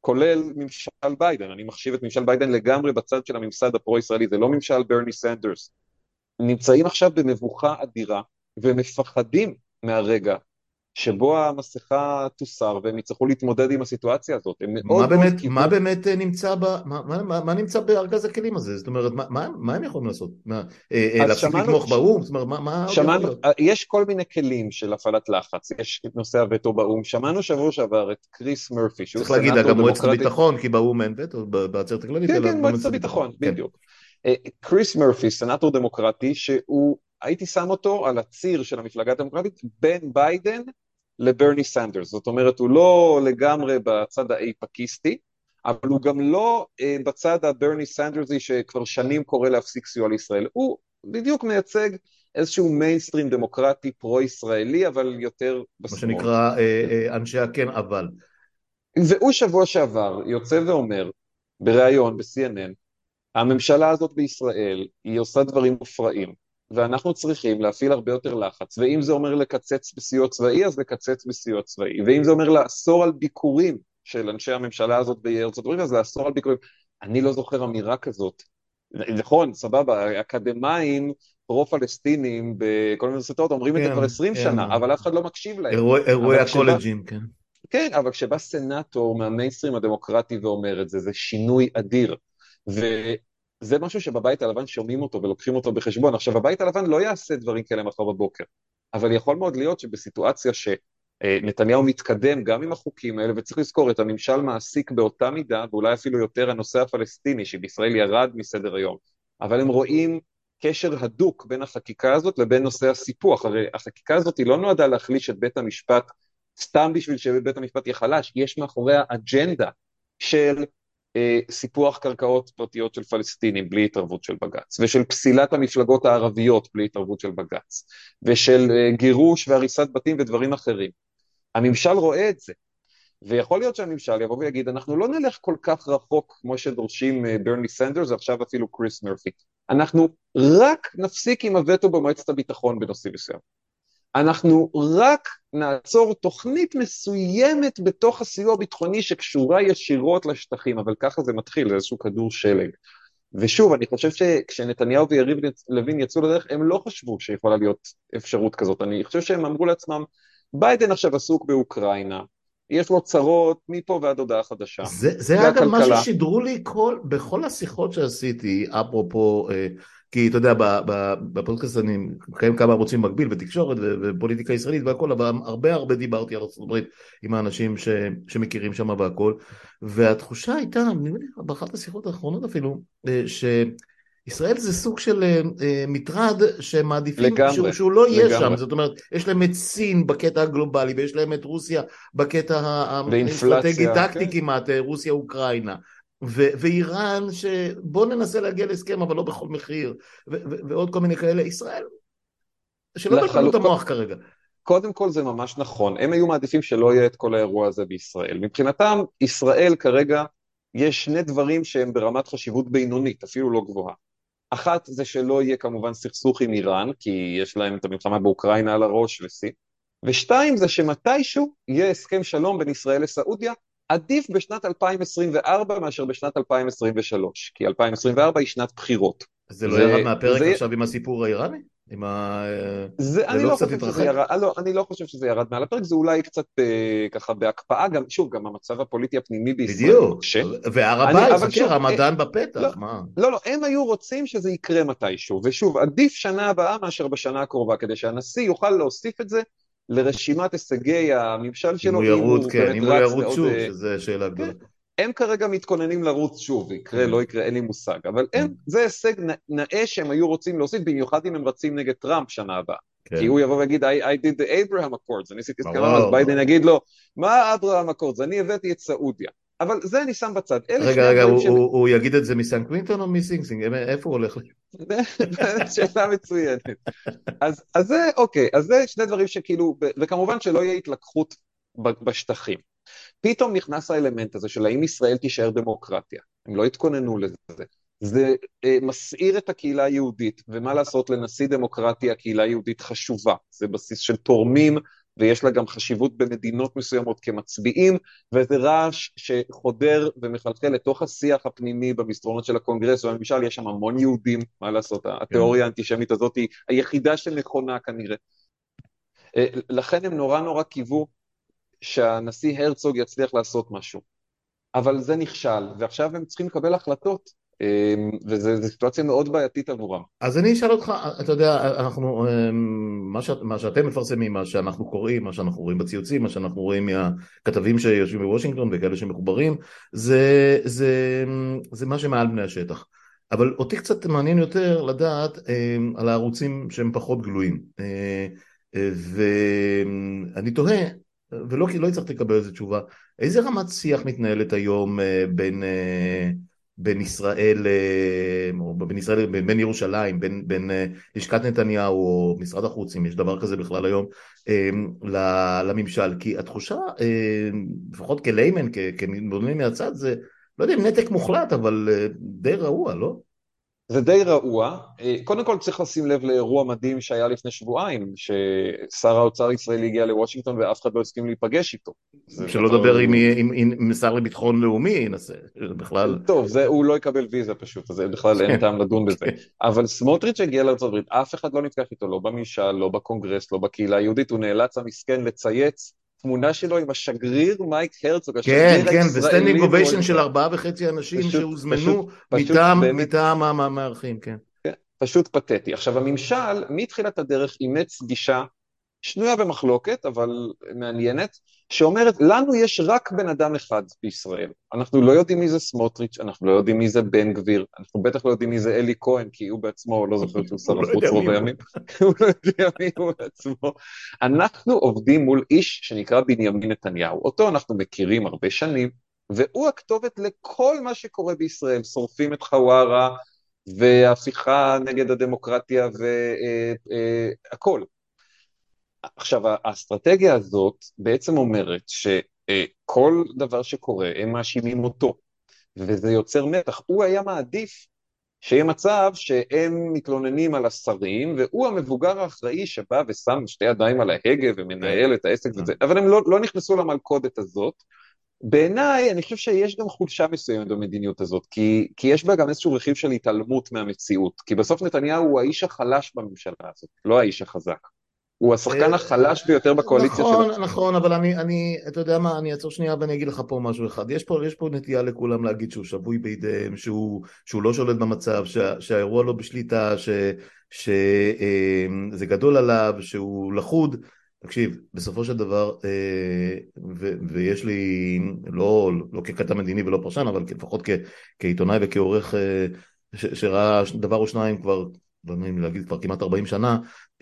כולל ממשל ביידן, אני מחשיב את ממשל ביידן לגמרי בצד של הממסד הפרו-ישראלי, זה לא ממשל ברני סנדרס, נמצאים עכשיו במבוכה אדירה, ומפחדים מהרגע שבו המסכה תוסר, והם יצטרכו להתמודד עם הסיטואציה הזאת, הם מה מאוד מאוד באמת, מה קיוו. באמת נמצא ב, מה, מה, מה מה נמצא בארגז הכלים הזה? זאת אומרת, מה, מה, מה הם יכולים לעשות? מה, אה, אה, אז להפסיק שמענו, לתמוך באו"ם? זאת אומרת, מה, מה עוד יכול שמענו, להיות? יש כל מיני כלים של הפעלת לחץ, יש את נושא הווטו באו"ם, שמענו שבוע שעבר את קריס מרפי, שהוא צריך להגיד, סנאטור גם מועצת דמוקרטי, הביטחון, כי באו"ם אין וטו, בעצרת הכללית, כן, אלא כן, מועצת במועצת הביטחון. הביטחון, כן. בדיוק. אה, קריס מרפי, סנאטור דמוקרטי, שהוא, הייתי שם אותו על הציר של המפלגה הדמוקרטית, בין ביידן לברני סנדרס, זאת אומרת, הוא לא לגמרי בצד האיפקיסטי, אבל הוא גם לא אה, בצד הברני סנדרסי שכבר שנים קורא להפסיק סיוע לישראל, הוא בדיוק מייצג איזשהו מיינסטרים דמוקרטי פרו-ישראלי, אבל יותר מה בשמאל. שנקרא, אה, אה, אנשי הכן אבל. והוא שבוע שעבר יוצא ואומר, בריאיון ב-סי אן אן, הממשלה הזאת בישראל היא עושה דברים מופרעים, ואנחנו צריכים להפעיל הרבה יותר לחץ, ואם זה אומר לקצץ בסיוע צבאי, אז לקצץ בסיוע צבאי, ואם זה אומר לאסור על ביקורים של אנשי הממשלה הזאת בארצות הברית, אז לאסור על ביקורים. אני לא זוכר אמירה כזאת. נכון, סבבה, אקדמאים פרו-פלסטינים בכל מיני אוניברסיטאות אומרים את זה כן, כבר עשרים כן. שנה, אבל אף אחד לא מקשיב להם. אירועי אירועי אבל כשבא, הקולג'ים, כן. כן, אבל כשבא סנאטור מהמיינסטרים הדמוקרטי ואומר את זה, זה שינוי אדיר. וזה משהו שבבית הלבן שומעים אותו ולוקחים אותו בחשבון. עכשיו, הבית הלבן לא יעשה דברים כאלה מחר בבוקר, אבל יכול מאוד להיות שבסיטואציה שנתניהו מתקדם גם עם החוקים האלה, וצריך לזכור את הממשל מעסיק באותה מידה, ואולי אפילו יותר הנושא הפלסטיני, שבישראל ירד מסדר היום, אבל הם רואים קשר הדוק בין החקיקה הזאת לבין נושא הסיפוח. הרי החקיקה הזאת היא לא נועדה להחליש את בית המשפט סתם בשביל שבית המשפט יהיה חלש, יש מאחוריה אג'נדה של אה, סיפוח קרקעות פרטיות של פלסטינים בלי התערבות של בג"ץ, ושל פסילת המפלגות הערביות בלי התערבות של בג"ץ, ושל אה, גירוש והריסת בתים ודברים אחרים. הממשל רואה את זה, ויכול להיות שהממשל יבוא ויגיד, אנחנו לא נלך כל כך רחוק כמו שדורשים אה, ברני סנדרס, ועכשיו אפילו קריס מרפי. אנחנו רק נפסיק עם הווטו במועצת הביטחון בנושאים מסוים. אנחנו רק נעצור תוכנית מסוימת בתוך הסיוע הביטחוני שקשורה ישירות לשטחים, אבל ככה זה מתחיל, זה איזשהו כדור שלג. ושוב, אני חושב שכשנתניהו ויריב לוין יצאו לדרך, הם לא חשבו שיכולה להיות אפשרות כזאת. אני חושב שהם אמרו לעצמם, ביידן עכשיו עסוק באוקראינה, יש לו צרות מפה ועד הודעה חדשה. זה, זה היה גם מה והכלכלה, ששידרו לי כל, בכל השיחות שעשיתי, אפרופו, אה, כי אתה יודע, ב- ב- בפודקאסט אני מקיים כמה ערוצים מקביל, ותקשורת ו- ופוליטיקה ישראלית והכל, אבל הרבה הרבה דיברתי על ארצות הברית עם האנשים ש, שמכירים שם והכל, והתחושה הייתה, אני מבין, באחת השיחות האחרונות אפילו, אה, שישראל זה סוג של אה, אה, מטרד שמעדיפים שהוא, לגמרי, שהוא לא יהיה שם, לגמרי. זאת אומרת, יש להם את סין בקטע הגלובלי, ויש להם את רוסיה בקטע האסטרטגי ואינפלציה, טקטי כן. כמעט, רוסיה אוקראינה, ו- ואיראן שבוא ננסה להגיע להסכם אבל לא בכל מחיר, ו- ו- ועוד כל מיני כאלה. ישראל שלא בלבלו את לחלוק, המוח כרגע. קודם כל זה ממש נכון, הם היו מעדיפים שלא יהיה את כל האירוע הזה בישראל. מבחינתם, ישראל כרגע, יש שני דברים שהם ברמת חשיבות בינונית, אפילו לא גבוהה. אחת זה שלא יהיה כמובן סכסוך עם איראן, כי יש להם את המלחמה באוקראינה על הראש וסין. ושתיים זה שמתישהו יהיה הסכם שלום בין ישראל לסעודיה, עדיף בשנת אלפיים עשרים וארבע מאשר בשנת אלפיים עשרים ושלוש, כי אלפיים עשרים וארבע היא שנת בחירות. זה לא ירד ו- מהפרק וזה עכשיו עם הסיפור האיראני? עם ה... זה, זה אני לא לא קצת חושב שזה התרחק? ירד, לא, אני לא חושב שזה ירד מעל הפרק, זה אולי קצת אה, ככה בהקפאה, גם, שוב, גם המצב הפוליטי הפנימי בישראל הוא בדיוק. מקשה. והר אני, הבית, אבל חכה, שוב, אה, רמדאן לא, בפתח, מה? לא, לא, הם היו רוצים שזה יקרה מתישהו, ושוב, עדיף שנה הבאה מאשר בשנה הקרובה, כדי שהנשיא יוכל להוסיף את זה לרשימת הישגי הממשל אם שלו, הוא אם ירוץ, הוא כן, באמת אם הוא רץ ירוץ לעוד... שוב, אה, שזה שאלה כן, גדולה. הם כרגע מתכוננים לרוץ שוב, יקרה, כן, לא יקרה, אין לי מושג, אבל כן, הם, זה הישג נאה שהם היו רוצים להוסיף, במיוחד אם הם רצים נגד טראמפ שנה הבאה. כי כן. הוא יבוא ויגיד, I, I did the Abraham Accords, אני עשיתי הסכמה, אז ברור, ביידן ברור. יגיד לו, מה אברהם אקורדס? אני הבאתי את סעודיה. אבל זה אני שם בצד. אלה שני רגע, רגע, הדברים הוא, שהם... הוא, הוא יגיד את זה מסן קווינטון או מסינג סינג? איפה הוא הולך? שאלה מצוינת. אז, אז זה, אוקיי, אז זה שני דברים שכאילו, וכמובן שלא יהיה התלקחות בשטחים. פתאום נכנס האלמנט הזה של האם ישראל תישאר דמוקרטיה, הם לא התכוננו לזה, זה אה, מסעיר את הקהילה היהודית, ומה לעשות לנשיא דמוקרטיה, הקהילה היהודית חשובה, זה בסיס של תורמים ויש לה גם חשיבות במדינות מסוימות כמצביעים, וזה רעש שחודר ומחלחל לתוך השיח הפנימי במסדרונות של הקונגרס והממשל. יש שם המון יהודים, מה לעשות, כן. התיאוריה האנטישמית הזאת היא היחידה שנכונה כנראה. לכן הם נורא נורא קיוו שהנשיא הרצוג יצליח לעשות משהו. אבל זה נכשל, ועכשיו הם צריכים לקבל החלטות, וזו סיטואציה מאוד בעייתית עבורם. אז אני אשאל אותך, אתה יודע, אנחנו, מה, ש, מה שאתם מפרסמים, מה שאנחנו קוראים, מה שאנחנו רואים בציוצים, מה שאנחנו רואים מהכתבים שיושבים בוושינגטון וכאלה שמחוברים, זה, זה, זה מה שמעל בני השטח. אבל אותי קצת מעניין יותר לדעת על הערוצים שהם פחות גלויים. ואני תוהה, ולא כי לא הצלחתי לקבל איזו תשובה, איזה רמת שיח מתנהלת היום בין... בין ישראל, או בין ישראל, בין ירושלים, בין, בין לשכת נתניהו או משרד החוץ, אם יש דבר כזה בכלל היום, לממשל, כי התחושה, לפחות כליימן, כמתבוננים מהצד, זה, לא יודע אם נתק מוחלט, אבל די רעוע, לא? זה די רעוע. קודם כל צריך לשים לב לאירוע מדהים שהיה לפני שבועיים, ששר האוצר הישראלי הגיע לוושינגטון ואף אחד לא הסכים להיפגש איתו. שלא לדבר עם, עם, עם, עם שר לביטחון לאומי, ינסה, בכלל. טוב, זה, הוא לא יקבל ויזה פשוט, אז בכלל אין טעם לדון בזה. אבל סמוטריץ' הגיע לארצות הברית, אף אחד לא נתקח איתו, לא בממשל, לא בקונגרס, לא בקהילה היהודית, הוא נאלץ המסכן לצייץ תמונה שלו עם השגריר מייק הרצוג, השגריר כן, כן, וסטנדינג אוביישן של בוושינגטון. ארבעה וחצי אנשים פשוט, שהוזמנו פשוט, פשוט מטעם, באמת, מטעם המארחים, כן. כן, פשוט פתטי. עכשיו, הממשל, מתחילת הדרך, אימץ גישה שנויה במחלוקת, אבל מעניינת, שאומרת, לנו יש רק בן אדם אחד בישראל. אנחנו לא יודעים מי זה סמוטריץ', אנחנו לא יודעים מי זה בן גביר, אנחנו בטח לא יודעים מי זה אלי כהן, כי הוא בעצמו לא זוכר שהוא שר החוץ רוב הימים. הוא לא יודע מי הוא בעצמו. אנחנו עובדים מול איש שנקרא בנימין נתניהו. אותו אנחנו מכירים הרבה שנים, והוא הכתובת לכל מה שקורה בישראל. שורפים את חווארה, והפיכה נגד הדמוקרטיה, והכל. עכשיו, האסטרטגיה הזאת בעצם אומרת שכל דבר שקורה, הם מאשימים אותו, וזה יוצר מתח. הוא היה מעדיף שיהיה מצב שהם מתלוננים על השרים, והוא המבוגר האחראי שבא ושם שתי ידיים על ההגה ומנהל את העסק וזה, אבל הם לא, לא נכנסו למלכודת הזאת. בעיניי, אני חושב שיש גם חולשה מסוימת במדיניות הזאת, כי, כי יש בה גם איזשהו רכיב של התעלמות מהמציאות, כי בסוף נתניהו הוא האיש החלש בממשלה הזאת, לא האיש החזק. הוא השחקן החלש ביותר בקואליציה שלו. נכון, נכון, אבל אני, אני, אתה יודע מה, אני אעצור שנייה ואני אגיד לך פה משהו אחד. יש פה, יש פה נטייה לכולם להגיד שהוא שבוי בידיהם, שהוא, שהוא לא שולט במצב, שה, שהאירוע לא בשליטה, ש, שזה גדול עליו, שהוא לחוד. תקשיב, בסופו של דבר, ו, ויש לי, לא, לא ככתב מדיני ולא פרשן, אבל לפחות כ, כעיתונאי וכעורך ש, שראה דבר או שניים כבר, לא נעים להגיד כבר כמעט ארבעים שנה,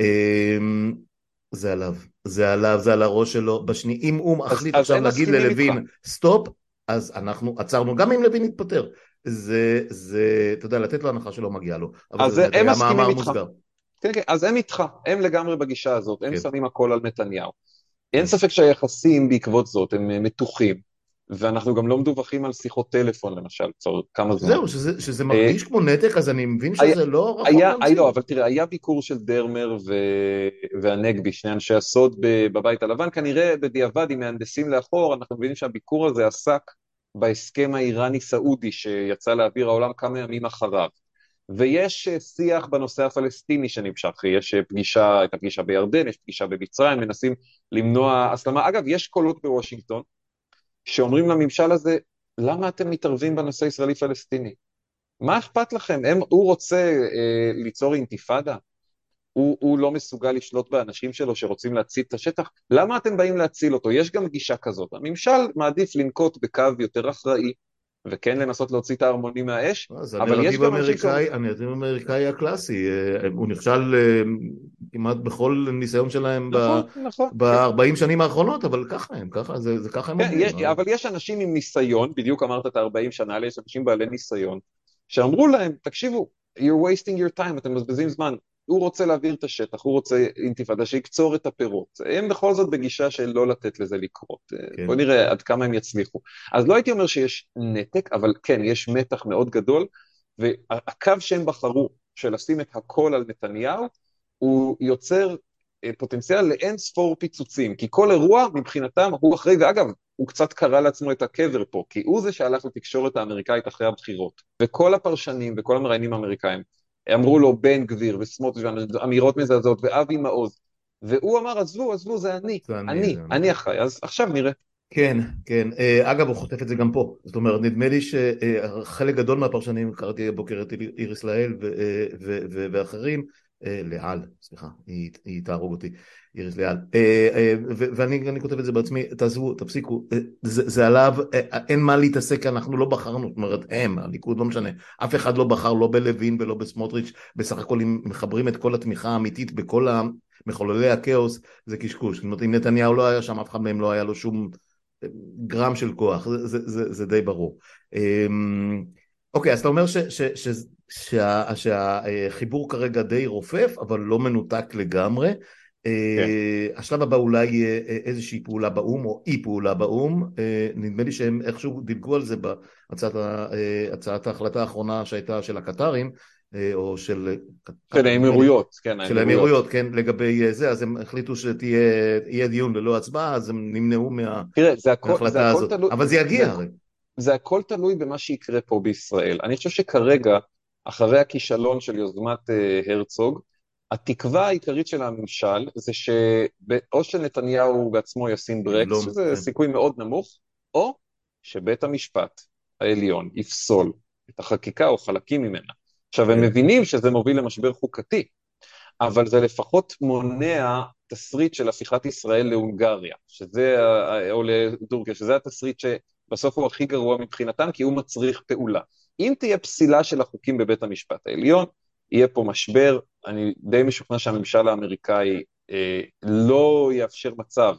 זה עליו, זה עליו, זה על הראש שלו, בשני, אם הוא מחליט עכשיו להגיד ללוין סטופ, אז אנחנו עצרנו, גם אם לוין יתפטר, זה, זה, אתה יודע, לתת לו הנחה שלא מגיע לו, אבל זה היה מאמר מוסגר. כן, כן, אז הם איתך, הם לגמרי בגישה הזאת, הם שמים הכל על נתניהו. אין ספק שהיחסים בעקבות זאת הם מתוחים, ואנחנו גם לא מדווחים על שיחות טלפון, למשל, צורך כמה זמן. זהו, שזה, שזה מרגיש כמו נתק, אז אני מבין שזה לא רחוק מהמציאות. לא, אבל תראה, היה ביקור של דרמר והנגבי, שני אנשי הסוד בבית הלבן, כנראה בדיעבד, עם מהנדסים לאחור, אנחנו מבינים שהביקור הזה עסק בהסכם האיראני-סעודי, שיצא לאוויר העולם כמה ימים אחריו. ויש שיח בנושא הפלסטיני שנמשך, יש פגישה, את הפגישה בירדן, יש פגישה במצרים, מנסים למנוע הסלמה. אגב, יש קולות בוושינגטון, שאומרים לממשל הזה, למה אתם מתערבים בנושא ישראלי-פלסטיני? מה אכפת לכם? הם, הוא רוצה אה, ליצור אינתיפאדה? הוא, הוא לא מסוגל לשלוט באנשים שלו שרוצים להציל את השטח? למה אתם באים להציל אותו? יש גם גישה כזאת. הממשל מעדיף לנקוט בקו יותר אחראי, וכן לנסות להוציא את ההרמונים מהאש, אבל יש גם אנשים שאומרים... הנרטיב האמריקאי הקלאסי, הוא נכשל כמעט בכל ניסיון שלהם ב-ארבעים שנים האחרונות, אבל ככה הם, זה ככה הם אומרים. אבל יש אנשים עם ניסיון, בדיוק אמרת את ה-ארבעים שנה, יש אנשים בעלי ניסיון, שאמרו להם, תקשיבו, you're wasting your time, אתם מבזבזים זמן, הוא רוצה להעביר את השטח, הוא רוצה אינתיפאדה, שיקצור את הפירות. הם בכל זאת בגישה של לא לתת לזה לקרות. כן. בוא נראה עד כמה הם יצליחו. אז לא הייתי אומר שיש נתק, אבל כן, יש מתח מאוד גדול, והקו שהם בחרו של לשים את הכל על נתניהו, הוא יוצר אה, פוטנציאל לאין ספור פיצוצים, כי כל אירוע מבחינתם הוא אחרי, ואגב, הוא קצת קרא לעצמו את הקבר פה, כי הוא זה שהלך לתקשורת האמריקאית אחרי הבחירות, וכל הפרשנים וכל המראיינים האמריקאים אמרו לו בן גביר וסמוטריץ' ואמירות מזעזעות ואבי מעוז, והוא אמר עזבו, עזבו, זה אני, זה אני, אני, זה אני. אני אחראי, אז עכשיו נראה. כן, כן. אה, אגב, הוא חוטף את זה גם פה. זאת אומרת, נדמה לי שחלק גדול מהפרשנים, קראתי הבוקר את איריס לאל ו- אה, ו- ו- ואחרים, אה, לאל, סליחה, היא, היא תהרוג אותי, איריס לאל. אה, אה, ו- ואני אני כותב את זה בעצמי, תעזבו, תפסיקו, אה, זה, זה עליו, אה, אין מה להתעסק, אנחנו לא בחרנו, זאת אומרת, הם, הליכוד לא משנה, אף אחד לא בחר, לא בלוין ולא בסמוטריץ', בסך הכל אם מחברים את כל התמיכה האמיתית בכל מחוללי הכאוס, זה קשקוש. זאת אומרת, אם נתניהו לא היה שם, אף אחד מהם לא היה לו שום גרם של כוח, זה, זה, זה, זה די ברור. אמ, אוקיי, אז אתה אומר ש, ש, ש, שה, שהחיבור כרגע די רופף, אבל לא מנותק לגמרי. כן. אה, השלב הבא אולי יהיה איזושהי פעולה באום, או אי פעולה באום. אה, נדמה לי שהם איכשהו דילגו על זה בהצעת ה- אה, הצעת ההחלטה האחרונה שהייתה של הקטרים, אה, או של של קטר, נדמה לי. האמירויות, כן, של האמירויות. האמירויות, כן, לגבי זה, אז הם החליטו שיהיה דיון ללא הצבעה, אז הם נמנעו מה, תראה, זה הכל, זה מההחלטה הכל הזאת. תלוי, אבל זה זה, יגיע הרי. זה הכל תלוי במה שיקרה פה בישראל. אני חושב שכרגע, אחרי הכישלון של יוזמת אה, הרצוג, התקווה העיקרית של הממשל זה שאו שנתניהו בעצמו ישים ברקס, יבלום, שזה כן. סיכוי מאוד נמוך, או שבית המשפט העליון יפסול את החקיקה או חלקים ממנה. עכשיו, הם כן. מבינים שזה מוביל למשבר חוקתי, אבל זה לפחות מונע תסריט של הפיכת ישראל להונגריה, שזה, או לטורקיה, שזה התסריט שבסוף הוא הכי גרוע מבחינתם, כי הוא מצריך פעולה. אם תהיה פסילה של החוקים בבית המשפט העליון, יהיה פה משבר, אני די משוכנע שהממשל האמריקאי אה, לא יאפשר מצב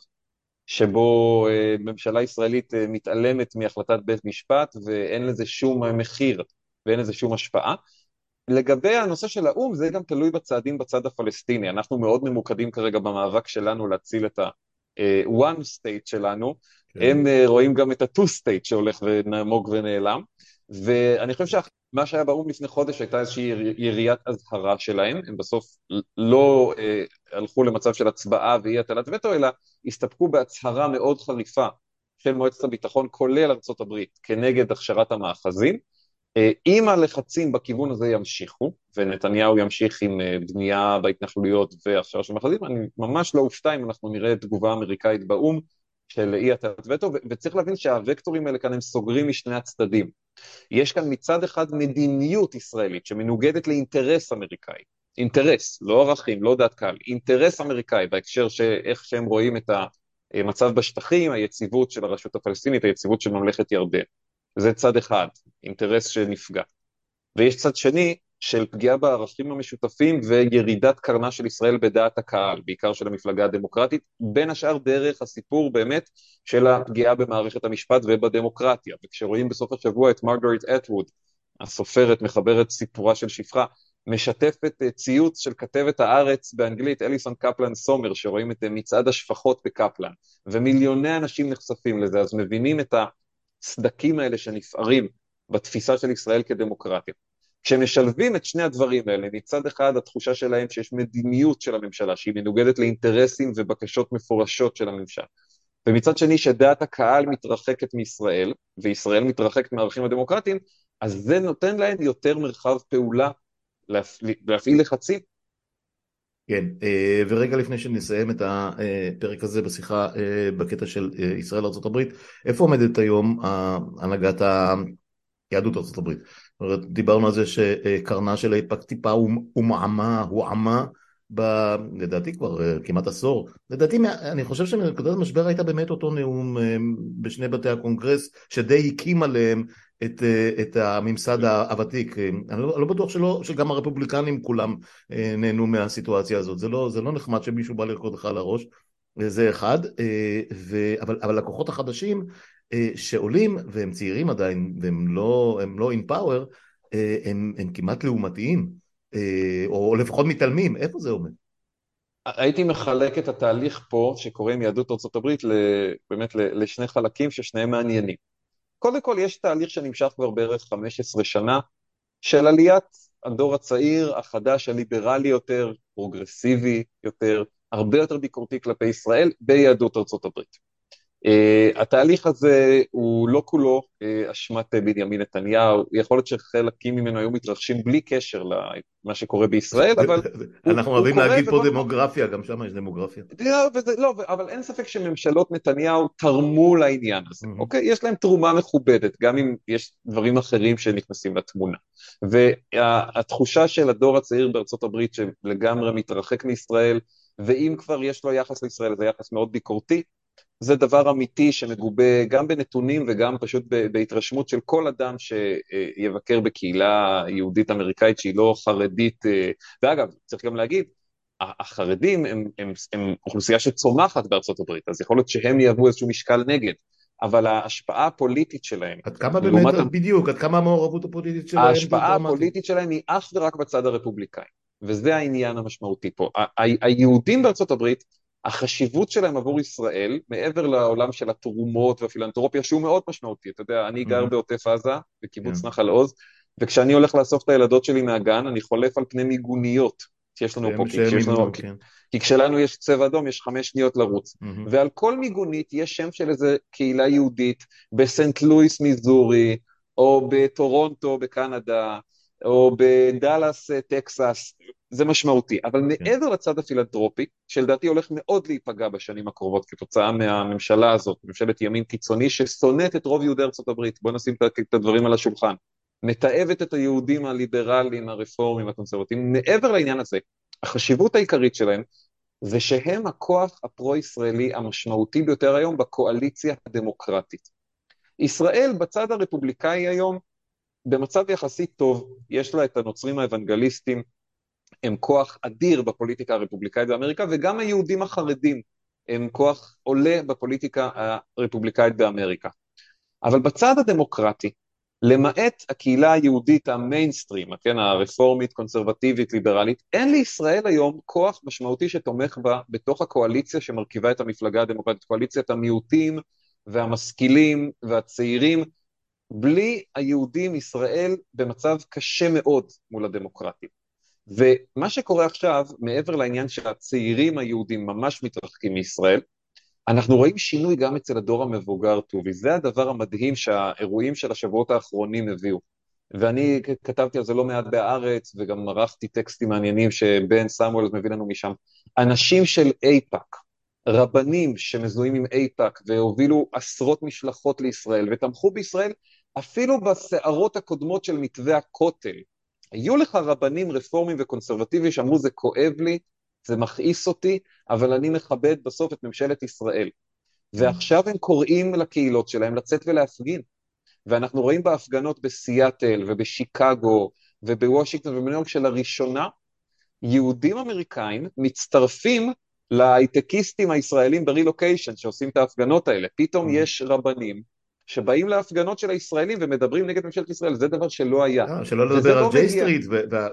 שבו אה, ממשלה ישראלית אה, מתעלמת מהחלטת בית משפט, ואין לזה שום מחיר ואין לזה שום השפעה. לגבי הנושא של האום, זה גם תלוי בצעדים בצד הפלסטיני. אנחנו מאוד ממוקדים כרגע במאבק שלנו להציל את ה-one state שלנו. כן. הם אה, רואים גם את ה-two state שהולך ונמוג ונעלם. ואני חושב שמה שהיה באום לפני חודש הייתה איזושהי יריית אזהרה שלהם. הם בסוף לא אה, הלכו למצב של הצבעה ואי הטלת וטו, אלא הסתפקו בהצהרה מאוד חריפה של מועצת הביטחון, כולל ארצות הברית, כנגד הכשרת המאחזים. אם הלחצים בכיוון הזה ימשיכו, ונתניהו ימשיך עם בנייה בהתנחלויות והכשרה של מאחזים, אני ממש לא אופתע אם אנחנו נראה תגובה אמריקאית באום של אי הטלת וטו, וצריך להבין שהווקטורים האלה כאן הם סוגרים משני הצדדים. יש כאן מצד אחד מדיניות ישראלית שמנוגדת לאינטרס אמריקאי, אינטרס, לא ערכים, לא דעת קהל, אינטרס אמריקאי בהקשר שאיך שהם רואים את המצב בשטחים, היציבות של הרשות הפלסטינית, היציבות של ממלכת ירדן. זה צד אחד, אינטרס שנפגע. ויש צד שני של פגיעה בערכים המשותפים וירידת קרנה של ישראל בדעת הקהל, בעיקר של המפלגה הדמוקרטית, בין השאר דרך הסיפור באמת של הפגיעה במערכת המשפט ובדמוקרטיה. וכשרואים בסוף השבוע את מרגרט אטווד, הסופרת, מחברת סיפורה של שפחה, משתפת ציוץ של כתבת הארץ באנגלית, אליסון קפלן סומר, שרואים את מצעד השפחות בקפלן, ומיליוני אנשים נחשפים לזה, אז מבינים את הסדקים האלה שנפערים בתפיסה של ישראל כדמוקרטיה. כשמשלבים את שני הדברים האלה, מצד אחד התחושה שלהם שיש מדיניות של הממשלה, שהיא מנוגדת לאינטרסים ובקשות מפורשות של הממשל, ומצד שני שדעת הקהל מתרחקת מישראל, וישראל מתרחקת מהערכים הדמוקרטיים, אז זה נותן להם יותר מרחב פעולה להפעיל לחצים. כן, אה, ורגע לפני שנסיים את הפרק הזה בשיחה אה, בקטע של אה, ישראל ארצות הברית, איפה עומדת היום הנהגת יהדות ארצות הברית? זאת אומרת, דיברנו על זה שקרנה של האיפא"ק טיפה הומעמה, הועמה, ב... לדעתי כבר אה, כמעט עשור. לדעתי, אני חושב שנקודת המשבר הייתה באמת אותו נאום אה, בשני בתי הקונגרס, שדי הקים עליהם את, אה, את הממסד הוותיק. אני לא, לא בטוח שלא, שגם הרפובליקנים כולם אה, נהנו מהסיטואציה הזאת. זה לא, זה לא נחמד שמישהו בא לרקוד לך על הראש, זה אחד. אה, ו... אבל, אבל הכוחות החדשים שעולים, והם צעירים עדיין, והם לא, הם לא in power, הם, הם כמעט לעומתיים, או לפחות מתעלמים. איפה זה עומד? הייתי מחלק את התהליך פה, שקורה עם יהדות ארצות הברית, באמת לשני חלקים ששניהם מעניינים. קודם כל, יש תהליך שנמשך כבר בערך חמש עשרה שנה, של עליית הדור הצעיר, החדש, הליברלי יותר, פרוגרסיבי יותר, הרבה יותר ביקורתי כלפי ישראל ביהדות ארצות הברית. Uh, התהליך הזה הוא לא כולו uh, אשמת uh, בנימין נתניהו, יכול להיות שחלקים ממנו היו מתרחשים בלי קשר למה שקורה בישראל, אבל הוא, אנחנו הוא אוהבים קורה להגיד פה ומאוד מאוד... דמוגרפיה, גם שם יש דמוגרפיה. לא, וזה, לא, אבל אין ספק שממשלות נתניהו תרמו לעניין הזה, Mm-hmm. אוקיי? יש להם תרומה מכובדת, גם אם יש דברים אחרים שנכנסים לתמונה. והתחושה של הדור הצעיר בארצות הברית שלגמרי מתרחק מישראל, ואם כבר יש לו יחס לישראל, זה יחס מאוד ביקורתי, זה דבר אמיתי שמגובה גם בנתונים וגם פשוט בהתרשמות של כל אדם שיבקר בקהילה יהודית אמריקאית שהיא לא חרדית. ואגב, צריך גם להגיד, החרדים הם, הם, הם אוכלוסייה שצומחת בארצות הברית, אז יכול להיות שהם יהוו איזשהו משקל נגד, אבל ההשפעה הפוליטית שלהם, עד כמה באמת, לעומת בדיוק, עד כמה המעורבות הפוליטית שלהם זה ההשפעה דרמטי. הפוליטית שלהם היא אך ורק בצד הרפובליקאי, וזה העניין המשמעותי פה. ה- ה- היהודים בארצות הברית, החשיבות שלהם עבור ישראל, מעבר לעולם של התרומות והפילנתרופיה, שהוא מאוד משמעותי. אתה יודע, אני גר Mm-hmm. בעוטף עזה, בקיבוץ כן. נחל עוז, וכשאני הולך לאסוף את הילדות שלי מהגן, אני חולף על פני מיגוניות שיש לנו פה, שהם, כי שהם כשיש לנו, ימנו, כי, כן. כי כשלנו יש צבע אדום, יש חמש שניות לרוץ. Mm-hmm. ועל כל מיגונית יש שם של איזה קהילה יהודית, בסנט לואיס, מיזורי, או בטורונטו, בקנדה, או בדלס, טקסס, זה משמעותי. אבל כן. מעבר לצד הפילנתרופי, שלדעתי הולך מאוד להיפגע בשנים הקרובות, כתוצאה מהממשלה הזאת, ממשלת ימין קיצוני, ששונאת את רוב יהודי ארצות הברית, בוא נשים את הדברים על השולחן, מתעבת את היהודים הליברליים, הרפורמים, הקונסרבטיביים. מעבר לעניין הזה, החשיבות העיקרית שלהם, זה שהם הכוח הפרו-ישראלי המשמעותי ביותר היום בקואליציה הדמוקרטית. ישראל בצד הרפובליקאי היום, במצב יחסית טוב, יש לה את הנוצרים האוונגליסטים, הם כוח אדיר בפוליטיקה הרפובליקאית באמריקה, וגם היהודים החרדים הם כוח עולה בפוליטיקה הרפובליקאית באמריקה. אבל בצד הדמוקרטי, למעט הקהילה היהודית המיינסטרים, כן, הרפורמית, קונסרבטיבית, ליברלית, אין לישראל היום כוח משמעותי שתומך בה בתוך הקואליציה שמרכיבה את המפלגה הדמוקרטית, קואליציית המיעוטים והמשכילים והצעירים. בלי היהודים ישראל במצב קשה מאוד מול הדמוקרטים. ומה שקורה עכשיו, מעבר לעניין שהצעירים היהודים ממש מתרחקים מישראל, אנחנו רואים שינוי גם אצל הדור המבוגר טובי. זה הדבר המדהים שהאירועים של השבועות האחרונים הביאו. ואני כתבתי על זה לא מעט בהארץ, וגם ערכתי טקסטים מעניינים שבן סמואל מביא לנו משם. אנשים של אייפאק, רבנים שמזוהים עם אייפאק, והובילו עשרות משלחות לישראל, ותמכו בישראל אפילו בסערות הקודמות של מתווה הכותל. היו לך רבנים רפורמים וקונסרבטיביים שאמרו, זה כואב לי, זה מכעיס אותי, אבל אני מכבד בסוף את ממשלת ישראל. ועכשיו הם קוראים לקהילות שלהם לצאת ולהפגין. ואנחנו רואים בהפגנות בסיאטל ובשיקגו ובוושינגטון ובניו יורק שלראשונה, יהודים אמריקאים מצטרפים להייטקיסטים הישראלים ברילוקיישן שעושים את ההפגנות האלה. פתאום יש רבנים שבאים להפגנות של הישראלים ומדברים נגד ממשלת ישראל, זה דבר שלא היה. שלא לדבר על ג'יי סטריט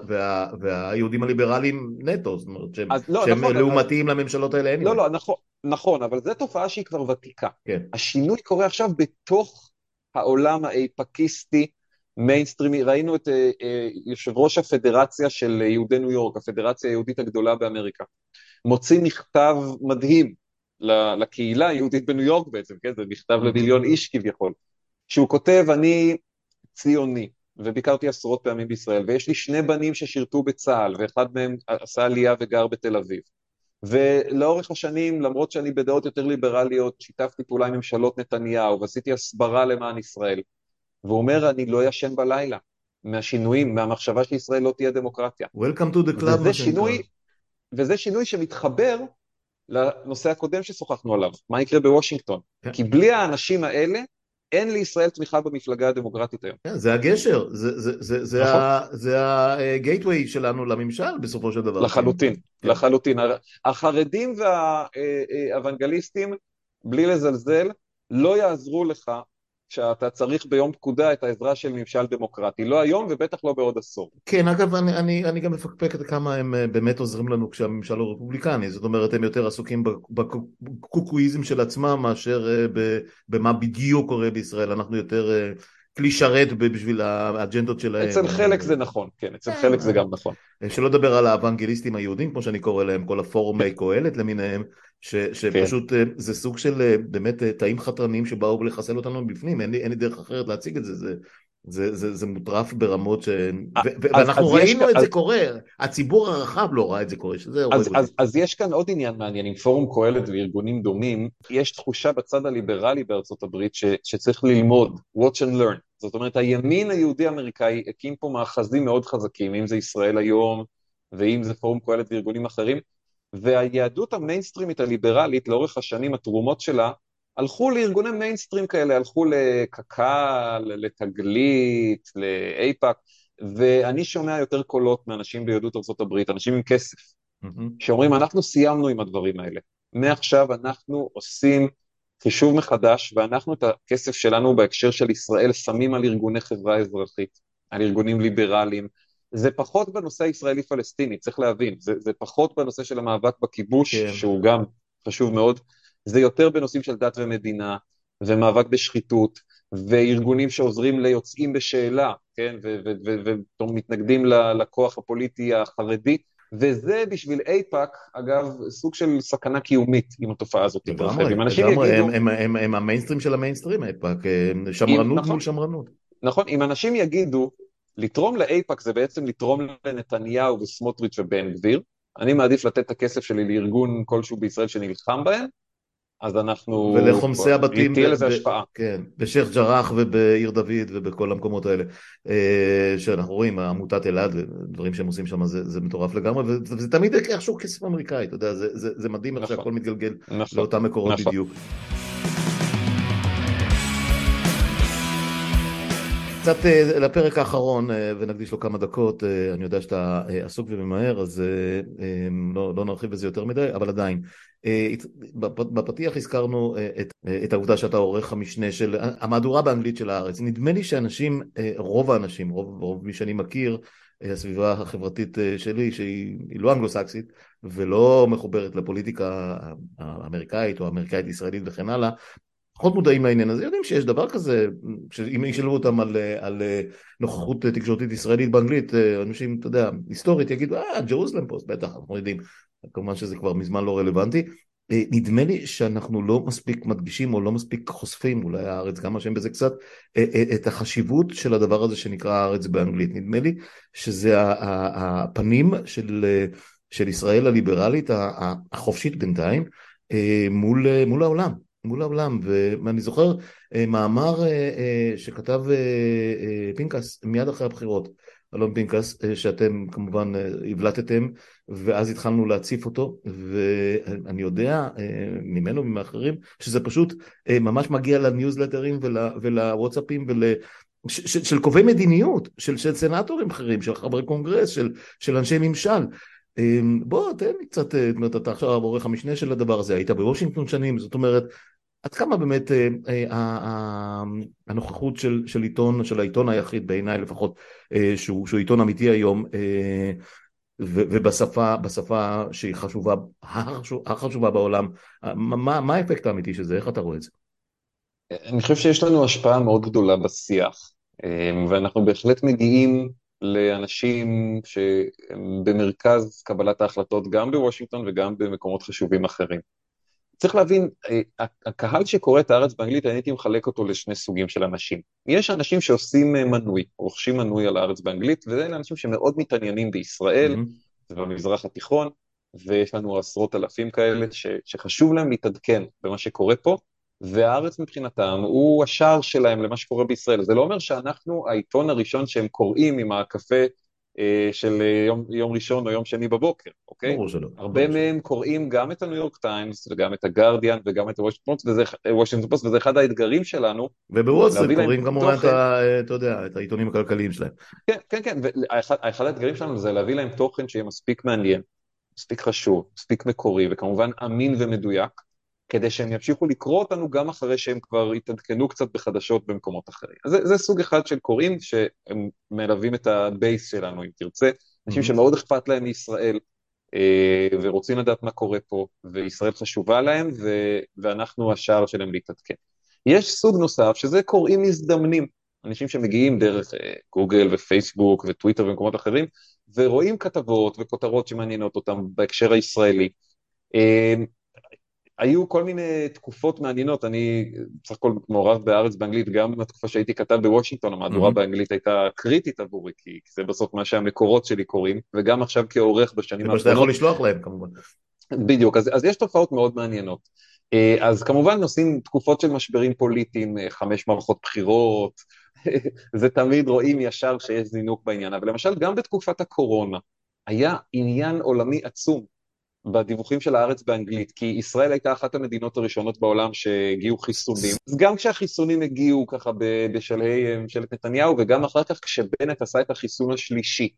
והיהודים הליברליים נטו, זאת אומרת שהם לעומתיים לממשלות האלה. לא, לא, נכון, אבל זו תופעה שהיא כבר ותיקה. כן. השינוי קורה עכשיו בתוך העולם האיפקיסטי, מיינסטרימי. ראינו את יושב ראש הפדרציה של יהודי ניו יורק, הפדרציה היהודית הגדולה באמריקה, מוציא מכתב מדהים לקהילה היהודית בניו יורק בעצם, כן? זה מכתב למיליון איש כביכול, שהוא כותב, אני ציוני, וביקרתי עשרות פעמים בישראל, ויש לי שני בנים ששירתו בצה"ל, ואחד מהם עשה עלייה וגר בתל אביב. ולאורך השנים, למרות שאני בדעות יותר ליברליות, שיתפתי פעולה עם ממשלות נתניהו, ועשיתי הסברה למען ישראל. והוא אומר, אני לא ישן בלילה, מהשינויים, מהמחשבה שישראל לא תהיה דמוקרטיה. Welcome to the club, וזה שינוי, וזה שינוי שמתחבר לנושא הקודם ששוחחנו עליו, מה יקרה בוושינגטון. כן. כי בלי האנשים האלה, אין לישראל תמיכה במפלגה הדמוקרטית היום. כן, זה הגשר, זה, זה, זה, זה, נכון. ה, זה הגייטווי שלנו לממשל בסופו של דבר. לחלוטין, כן. לחלוטין. החרדים והאוונגליסטים, בלי לזלזל, לא יעזרו לך שאתה צריך ביום פקודה את העזרה של ממשל דמוקרטי, לא היום ובטח לא בעוד עשור. כן, אגב, אני, אני, אני גם מפקפק את כמה הם באמת עוזרים לנו כשהממשל הוא רפובליקני, זאת אומרת, הם יותר עסוקים בקוקואיזם של עצמם מאשר במה בדיוק קורה בישראל, אנחנו יותר כלי שרת בשביל האג'נדות שלהם. אצל חלק זה נכון, כן, אצל כן, חלק זה גם נכון. שלא לדבר על האוונגליסטים היהודים, כמו שאני קורא להם, כל הפורומי קהלת למיניהם, ש, כן. שפשוט אה, זה סוג של אה, באמת אה, תאים חתרניים שבאו לחסל אותנו בפנים, אין לי, אין לי דרך אחרת להציג את זה, זה, זה, זה, זה מוטרף ברמות ש... ו, ו, אז, ואנחנו אז יש, ראינו את אז, זה קורה, הציבור הרחב לא ראה את זה קורה, שזה הורג אז, אותי. אז, אז יש כאן עוד עניין מעניין, עם פורום קהלת וארגונים דומים, יש תחושה בצד הליברלי בארצות הברית ש, שצריך ללמוד, watch and learn. זאת אומרת, הימין היהודי-אמריקאי הקים פה מאחזים מאוד חזקים, אם זה ישראל היום, ואם זה פורום קהלת וארגונים אחרים, והיהדות המיינסטרימית הליברלית, לאורך השנים, התרומות שלה, הלכו לארגוני מיינסטרים כאלה, הלכו לקק"ל, לתגלית, לאייפאק, ואני שומע יותר קולות מאנשים ביהדות ארצות הברית, אנשים עם כסף, שאומרים, אנחנו סיימנו עם הדברים האלה. מעכשיו אנחנו עושים חישוב מחדש, ואנחנו את הכסף שלנו בהקשר של ישראל שמים על ארגוני חברה אזרחית, על ארגונים ליברליים. זה פחות בנושא הישראלי-פלסטיני, צריך להבין, זה, זה פחות בנושא של המאבק בכיבוש, כן. שהוא גם חשוב מאוד, זה יותר בנושאים של דת ומדינה, ומאבק בשחיתות, וארגונים שעוזרים ליוצאים בשאלה, כן, ומתנגדים לכוח הפוליטי החרדי, וזה בשביל אייפאק, אגב, סוג של סכנה קיומית עם התופעה הזאת תתרחב. לגמרי, אם אנשים לגמרי, הם, יגידו, הם, הם, הם המיינסטרים של המיינסטרים, איפא"ק, אם, שמרנות נכון, מול שמרנות. נכון, אם אנשים יגידו, לתרום לאייפאק זה בעצם לתרום לנתניהו וסמוטריץ' ובן גביר, אני מעדיף לתת את הכסף שלי לארגון כלשהו בישראל שנלחם בהם, אז אנחנו, ולחומסי הבתים ב, תהיה לזה ב, השפעה. כן, בשייח' ג'ראח ובעיר דוד ובכל המקומות האלה, אה, שאנחנו רואים, עמותת אלעד ודברים שהם עושים שם, זה, זה מטורף לגמרי, וזה, וזה תמיד איכשהו כסף אמריקאי, אתה יודע, זה, זה, זה מדהים איך נכון, שהכל מתגלגל נכון, לאותם מקורות נכון. בדיוק. קצת לפרק האחרון, ונקדיש לו כמה דקות, אני יודע שאתה עסוק וממהר, אז לא, לא נרחיב בזה יותר מדי, אבל עדיין. בפתיח הזכרנו את, את העובדה שאתה עורך המשנה של המהדורה באנגלית של הארץ. נדמה לי שאנשים, רוב האנשים, רוב, רוב מי שאני מכיר, הסביבה החברתית שלי, שהיא לא אנגלו-סקסית, ולא מחוברת לפוליטיקה האמריקאית או האמריקאית-ישראלית וכן הלאה, פחות מודעים לעניין הזה, יודעים שיש דבר כזה, שאם ישאלו אותם על, על נוכחות תקשורתית ישראלית באנגלית, אנשים, אתה יודע, היסטורית יגידו, אה, ג'רוזלם פוסט, בטח, אנחנו יודעים, כמובן שזה כבר מזמן לא רלוונטי. נדמה לי שאנחנו לא מספיק מדגישים, או לא מספיק חושפים, אולי הארץ, גם משהם בזה קצת, את החשיבות של הדבר הזה שנקרא הארץ באנגלית. נדמה לי שזה הפנים של, של ישראל הליברלית, החופשית בינתיים, מול, מול העולם. מול העולם, ואני זוכר מאמר שכתב פינקס מיד אחרי הבחירות, אלון פינקס, שאתם כמובן הבלטתם, ואז התחלנו להציף אותו, ואני יודע ממנו ומאחרים, שזה פשוט ממש מגיע לניוזלטרים ולוואטסאפים ול... של, של קובעי מדיניות, של, של סנאטורים אחרים, של חברי קונגרס, של, של אנשי ממשל. בוא, תן לי קצת, זאת אומרת, אתה עכשיו עורך המשנה של הדבר הזה, היית בוושינגטון שנים, זאת אומרת, עד כמה באמת אה, אה, הנוכחות של, של עיתון, של העיתון היחיד בעיניי לפחות, אה, שהוא, שהוא עיתון אמיתי היום, אה, ו, ובשפה, בשפה שהיא חשובה, החשובה בעולם, מה, מה האפקט האמיתי של זה? איך אתה רואה את זה? אני חושב שיש לנו השפעה מאוד גדולה בשיח, ואנחנו בהחלט מגיעים לאנשים שהם במרכז קבלת ההחלטות גם בוושינגטון וגם במקומות חשובים אחרים. צריך להבין, הקהל שקורא את הארץ באנגלית, אני הייתי מחלק אותו לשני סוגים של אנשים. יש אנשים שעושים מנוי, רוכשים מנוי על הארץ באנגלית, וזה אנשים שמאוד מתעניינים בישראל, Mm-hmm. ובמזרח התיכון, ויש לנו עשרות אלפים כאלה ש, שחשוב להם להתעדכן במה שקורה פה, והארץ מבחינתם הוא השער שלהם למה שקורה בישראל. זה לא אומר שאנחנו העיתון הראשון שהם קוראים עם הקפה אה, של יום, יום ראשון או יום שני בבוקר, אוקיי? ברור שלא. הרבה ברור מהם שלא. קוראים גם את הניו יורק טיימס וגם את הגרדיאן וגם את הוושינגטון פוסט, וזה אחד האתגרים שלנו. ובוול סטריט להביא להם קוראים כמובן את, תוכן, ה, אתה יודע, את העיתונים הכלכליים שלהם. כן, כן, כן, ואחד האתגרים שלנו זה להביא להם תוכן שיהיה מספיק מעניין, מספיק חשוב, מספיק מקורי, וכמובן אמין ומדויק, כדי שהם ימשיכו לקרוא אותנו גם אחרי שהם כבר יתעדכנו קצת בחדשות במקומות אחרים. אז זה, זה סוג אחד של קוראים שהם מלווים את הבייס שלנו, אם תרצה, אנשים שמאוד אכפת להם מישראל, ורוצים לדעת מה קורה פה, וישראל חשובה להם, ו- ואנחנו השער שלהם להתעדכן. יש סוג נוסף שזה קוראים מזדמנים, אנשים שמגיעים דרך אה, גוגל ופייסבוק וטוויטר ומקומות אחרים, ורואים כתבות וכותרות שמעניינות אותם בהקשר הישראלי. אה, היו כל מיני תקופות מעניינות, אני בסך הכל מעורב בארץ באנגלית, גם בתקופה שהייתי כתב בוושינגטון, המהדורה מהמם. באנגלית הייתה קריטית עבורי, כי זה בסוף מה שהמקורות שלי קוראים, וגם עכשיו כעורך בשנים זה שאתה יכול האחרונות, לשלוח להם כמובן. בדיוק, אז, אז יש תופעות מאוד מעניינות. אה, אז כמובן נושאים תקופות של משברים פוליטיים, אה, חמש מערכות בחירות, זה תמיד רואים ישר שיש זינוק בעניין, אבל למשל גם בתקופת הקורונה, היה עניין עולמי עצום בדיווחים של הארץ באנגלית, כי ישראל הייתה אחת המדינות הראשונות בעולם שהגיעו חיסונים, אז גם כשהחיסונים הגיעו ככה ב- בשלהי אה, ממשלת נתניהו, וגם אחר כך כשבנט עשה את החיסון השלישי,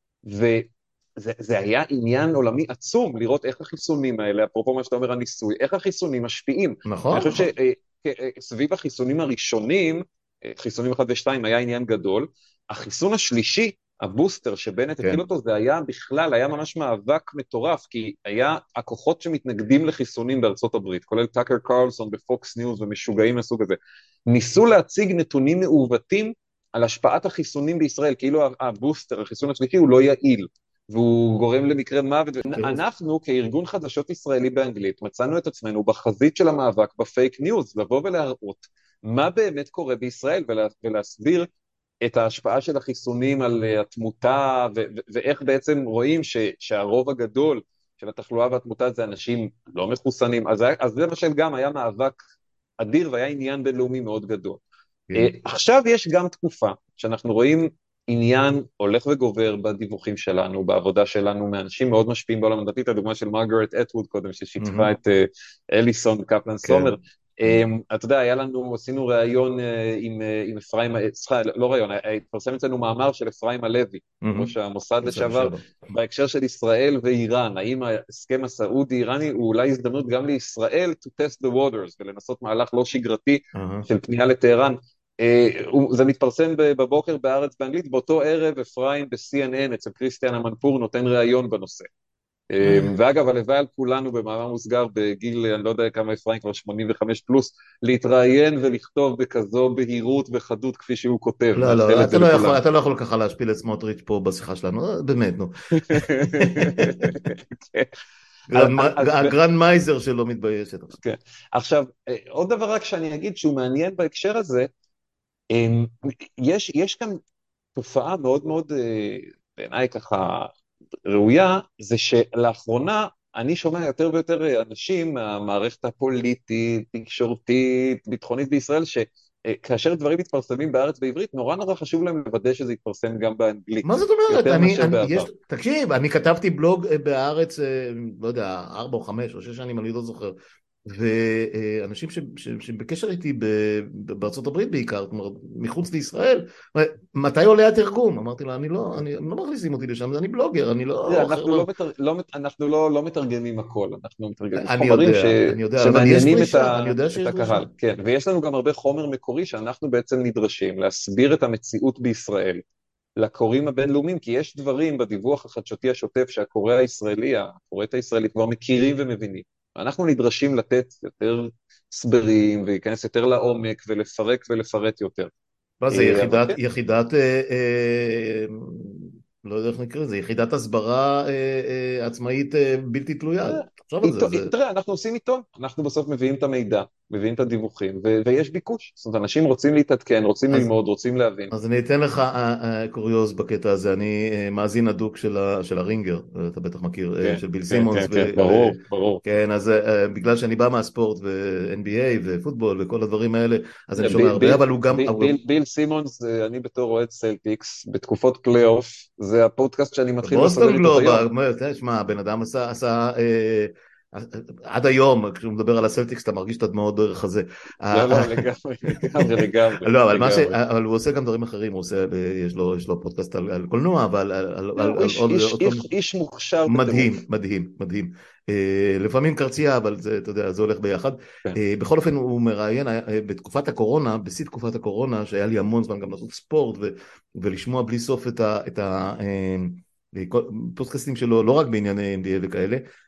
וזה זה היה עניין עולמי עצום לראות איך החיסונים האלה, אפרופו מה שאתה אומר הניסוי, איך החיסונים משפיעים. ואני נכון, חושב נכון. שסביב החיסונים הראשונים, אה, חיסונים אחד ושתיים היה עניין גדול, החיסון השלישי, הבוסטר שבנט כן. התחיל אותו, זה היה בכלל, היה ממש מאבק מטורף, כי היה הכוחות שמתנגדים לחיסונים בארצות הברית, כולל טאקר קרלסון בפוקס ניוז ומשוגעים מהסוג הזה, ניסו להציג נתונים מעוותים על השפעת החיסונים בישראל, כאילו הבוסטר, החיסון השלישי, הוא לא יעיל, והוא גורם למקרה מוות. טירוף. אנחנו, כארגון חדשות ישראלי באנגלית, מצאנו את עצמנו בחזית של המאבק בפייק ניוז, לבוא ולהראות מה באמת קורה בישראל, ולה, ולהסביר את ההשפעה של החיסונים על uh, התמותה, ו- ו- ואיך בעצם רואים ש- שהרוב הגדול של התחלואה והתמותה זה אנשים לא מחוסנים. אז, היה- אז זה למשל גם היה מאבק אדיר, והיה עניין בינלאומי מאוד גדול. כן. אה, עכשיו יש גם תקופה שאנחנו רואים עניין הולך וגובר בדיווחים שלנו, בעבודה שלנו, מאנשים מאוד משפיעים בעולם הדתי, את הדוגמה של מרגרט אטווד קודם, ששיתפה מהמם. את אה, אליסון קפלן כן. סומר. כן. אה, אתה יודע, היה לנו, עשינו ראיון אה, עם, אה, עם אפרים, אה, סליחה, לא ראיון, אה, התפרסם אצלנו מאמר של אפרים הלוי, מהמם. ראש המוסד בסדר, לשעבר, לשעבר. בהקשר של ישראל ואיראן, האם ההסכם הסעודי-איראני הוא אולי הזדמנות גם לישראל to test the waters ולנסות מהלך לא שגרתי אהה. של פנייה לטהרן. אה, הוא- זה מתפרסם ב- בבוקר בארץ באנגלית, באותו ערב אפרים ב-סי אן אן אצל כריסטיאן אמנפור נותן ראיון בנושא. אה, ואגב, הלוואי על כולנו במאמר מוסגר בגיל, אני לא יודע כמה אפרים, כבר שמונים וחמש פלוס, להתראיין ולכתוב בכזו בהירות וחדות כפי שהוא כותב, לא, מאחל לא, את אתה זה לא יכול, לכולנו. אתה לא יכול ככה להשפיל את סמוטריץ' פה בשיחה שלנו, אה, באמת, נו. כן. אז, גרנד- אז, הגרנד מייזר שלא מתביישת עכשיו. כן. עכשיו, אה, עוד דבר רק שאני אגיד שהוא מעניין בהקשר הזה, אמ, יש, יש כאן תופעה מאוד מאוד, אה, בעיניי ככה ראויה, זה שלאחרונה אני שומע יותר ויותר אה, אנשים מהמערכת הפוליטית, תקשורתית, ביטחונית בישראל, שכאשר דברים מתפרסמים בארץ בעברית, נורא נורא חשוב להם לוודא שזה יתפרסם גם באנגלית, מה זאת אומרת? יותר אני, מאשר אני, בעבר. יש, תקשיב, אני כתבתי בלוג אה, בהארץ, אה, לא יודע, ארבע או חמש או שש שנים, אני לא זוכר. ואנשים ש, ש, שבקשר איתי ב, בארצות הברית בעיקר, כלומר, מחוץ לישראל, מתי עולה התרגום? אמרתי לה, אני לא, אני, הם לא מכניסים אותי לשם, אני בלוגר, אני תראה, לא... אנחנו לא, מתר... לא, מת- אנחנו לא, לא מתרגמים הכל, אנחנו מתרגמים אני חומרים ש... יודע, אני יודע, אבל יש שמעניינים את, דרישה, ה... אני יודע את שיש דרישה. הקהל, כן, ויש לנו גם הרבה חומר מקורי שאנחנו בעצם נדרשים להסביר את המציאות בישראל לקוראים הבינלאומיים, כי יש דברים בדיווח החדשותי השוטף שהקורא הישראלי, הקוראת הישראלית כבר מכירים ומבינים. אנחנו נדרשים לתת יותר הסברים ולהיכנס יותר לעומק ולפרק ולפרט יותר. מה זה אה, אבל יחידת, כן, יחידת, אה, אה, לא יודע איך נקרא לזה, יחידת הסברה אה, אה, עצמאית אה, בלתי תלויה, תראה, תחשוב על זה, עיתו- זה... תראה, אנחנו עושים עיתון, אנחנו בסוף מביאים את המידע, מביאים את הדיווחים, ו- ויש ביקוש. זאת אומרת, אנשים רוצים להתעדכן, רוצים אז, ללמוד, רוצים להבין. אז אני אתן לך אה, אה, קוריוז בקטע הזה, אני אה, מאזין הדוק של, ה, של הרינגר, אה, אתה בטח מכיר, אה, כן, של ביל כן, סימונס, כן, ו, כן, ו, ברור, ברור. כן, אז אה, בגלל שאני בא מהספורט ו-אן בי איי ופוטבול וכל הדברים האלה, אז אני תראה, שומע ביל, הרבה, ביל, אבל הוא גם... ביל, אבל- ביל ביל סימונס, זה- אני בתור אוהד סלטיקס, בתקופות פלייאוף, זה הפודקאסט שאני מתחיל בוסטון וסוגר איתו את גלוב, היום. תשמע, הבן אדם עשה, עשה אה, עד היום, כשהוא מדבר על הסלטיקס, אתה מרגיש את הדמעות דרך הזה. לא, לא, לגמרי, לגמרי, לגמרי, לא, אבל מה ש... לגמרי. אבל הוא עושה גם דברים אחרים, הוא עושה, יש לו, יש לו פודקאסט על, על קולנוע, אבל על, על, לא, על, הוא על איש, עוד, איש, עוד כל איש, מיני... איש מוכשר מדהים, בטירוף. מדהים, מדהים. אה, לפעמים קרצייה, אבל זה, אתה יודע, זה הולך ביחד. כן. אה, בכל אופן, הוא מראיין, אה, בתקופת הקורונה, בשיא תקופת הקורונה, שהיה לי המון זמן גם לעשות ספורט, ו, ולשמוע בלי סוף את ה... את ה אה, פודקאסטים שלו, לא רק בענייני אן בי איי וכאלה,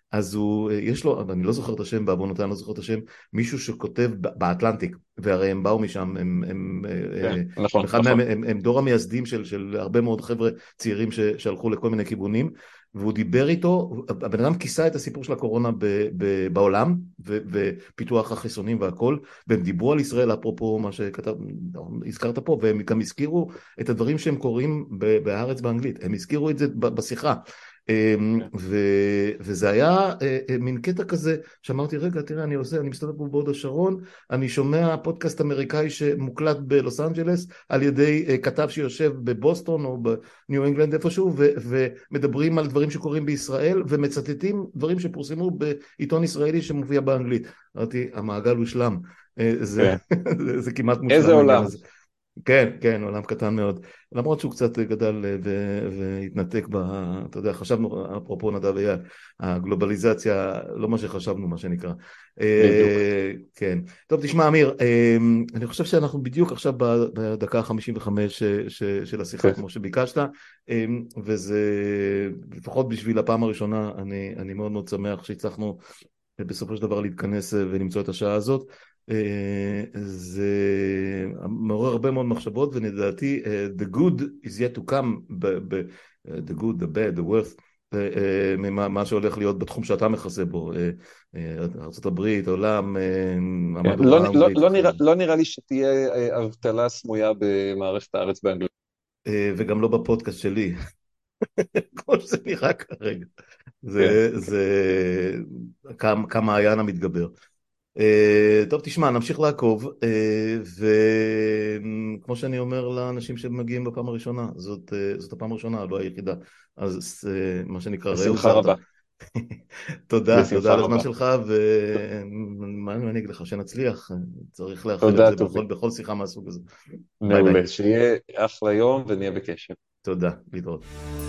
אז הוא, יש לו, אני לא זוכר את השם, בעוונותיי אני לא זוכר את השם, מישהו שכותב באטלנטיק, והרי הם באו משם, הם, הם, כן, הם נכון, אחד מהם, נכון. הם, הם דור המייסדים של, של הרבה מאוד חבר'ה צעירים ש, שהלכו לכל מיני כיוונים, והוא דיבר איתו, הבן אדם כיסה את הסיפור של הקורונה ב, ב, בעולם, ו, ופיתוח החיסונים והכל, והם דיברו על ישראל, אפרופו מה שכתב, הזכרת פה, והם גם הזכירו את הדברים שהם קוראים בהארץ באנגלית, הם הזכירו את זה בשיחה, כן. ו, וזה היה מין קטע כזה שאמרתי רגע תראה אני עושה אני מסתובב פה בהוד השרון אני שומע פודקאסט אמריקאי שמוקלט בלוס אנג'לס על ידי כתב שיושב בבוסטון או בניו אנגלנד איפשהו ו, ומדברים על דברים שקורים בישראל ומצטטים דברים שפורסמו בעיתון ישראלי שמופיע באנגלית. אמרתי המעגל הושלם, זה, כן. זה, זה כמעט איזה מושלם העניין עולם. הזה. כן, כן, עולם קטן מאוד. למרות שהוא קצת גדל ו- והתנתק ב... אתה יודע, חשבנו, אפרופו נדב אייל, הגלובליזציה, לא מה שחשבנו, מה שנקרא. בדיוק. אה, כן. טוב, תשמע, אמיר, אה, אני חושב שאנחנו בדיוק עכשיו בדקה ה-חמישים וחמש ש- ש- של השיחה, כן. כמו שביקשת, אה, וזה, לפחות בשביל הפעם הראשונה, אני, אני מאוד מאוד שמח שהצלחנו בסופו של דבר להתכנס ולמצוא את השעה הזאת. זה מעורר הרבה מאוד מחשבות ונדעתי the good is yet to come, the good, the bad, the worst, ממה שהולך להיות בתחום שאתה מכסה בו, ארצות הברית, עולם, כן. לא, המהדורה לא, האנגלית לא, וכו'. נראה, לא נראה לי שתהיה אה, אבטלה סמויה במערכת הארץ באנגלית. וגם לא בפודקאסט שלי, כמו שזה נראה כרגע. כן. זה, זה כמה, כמה העיין המתגבר. Uh, טוב תשמע נמשיך לעקוב uh, וכמו שאני אומר לאנשים שמגיעים בפעם הראשונה זאת, uh, זאת הפעם הראשונה לא היחידה אז uh, מה שנקרא ראו בשמחה זרתא. רבה. תודה תודה בשמחה על הזמן רבה. שלך ומה אני אגיד לך שנצליח צריך לאחל את תודה, זה טובי. בכל, בכל שיחה מהסוג הזה. ביי ביי. מעולה. שיהיה אחלה יום ונהיה בקשר. תודה להתראות.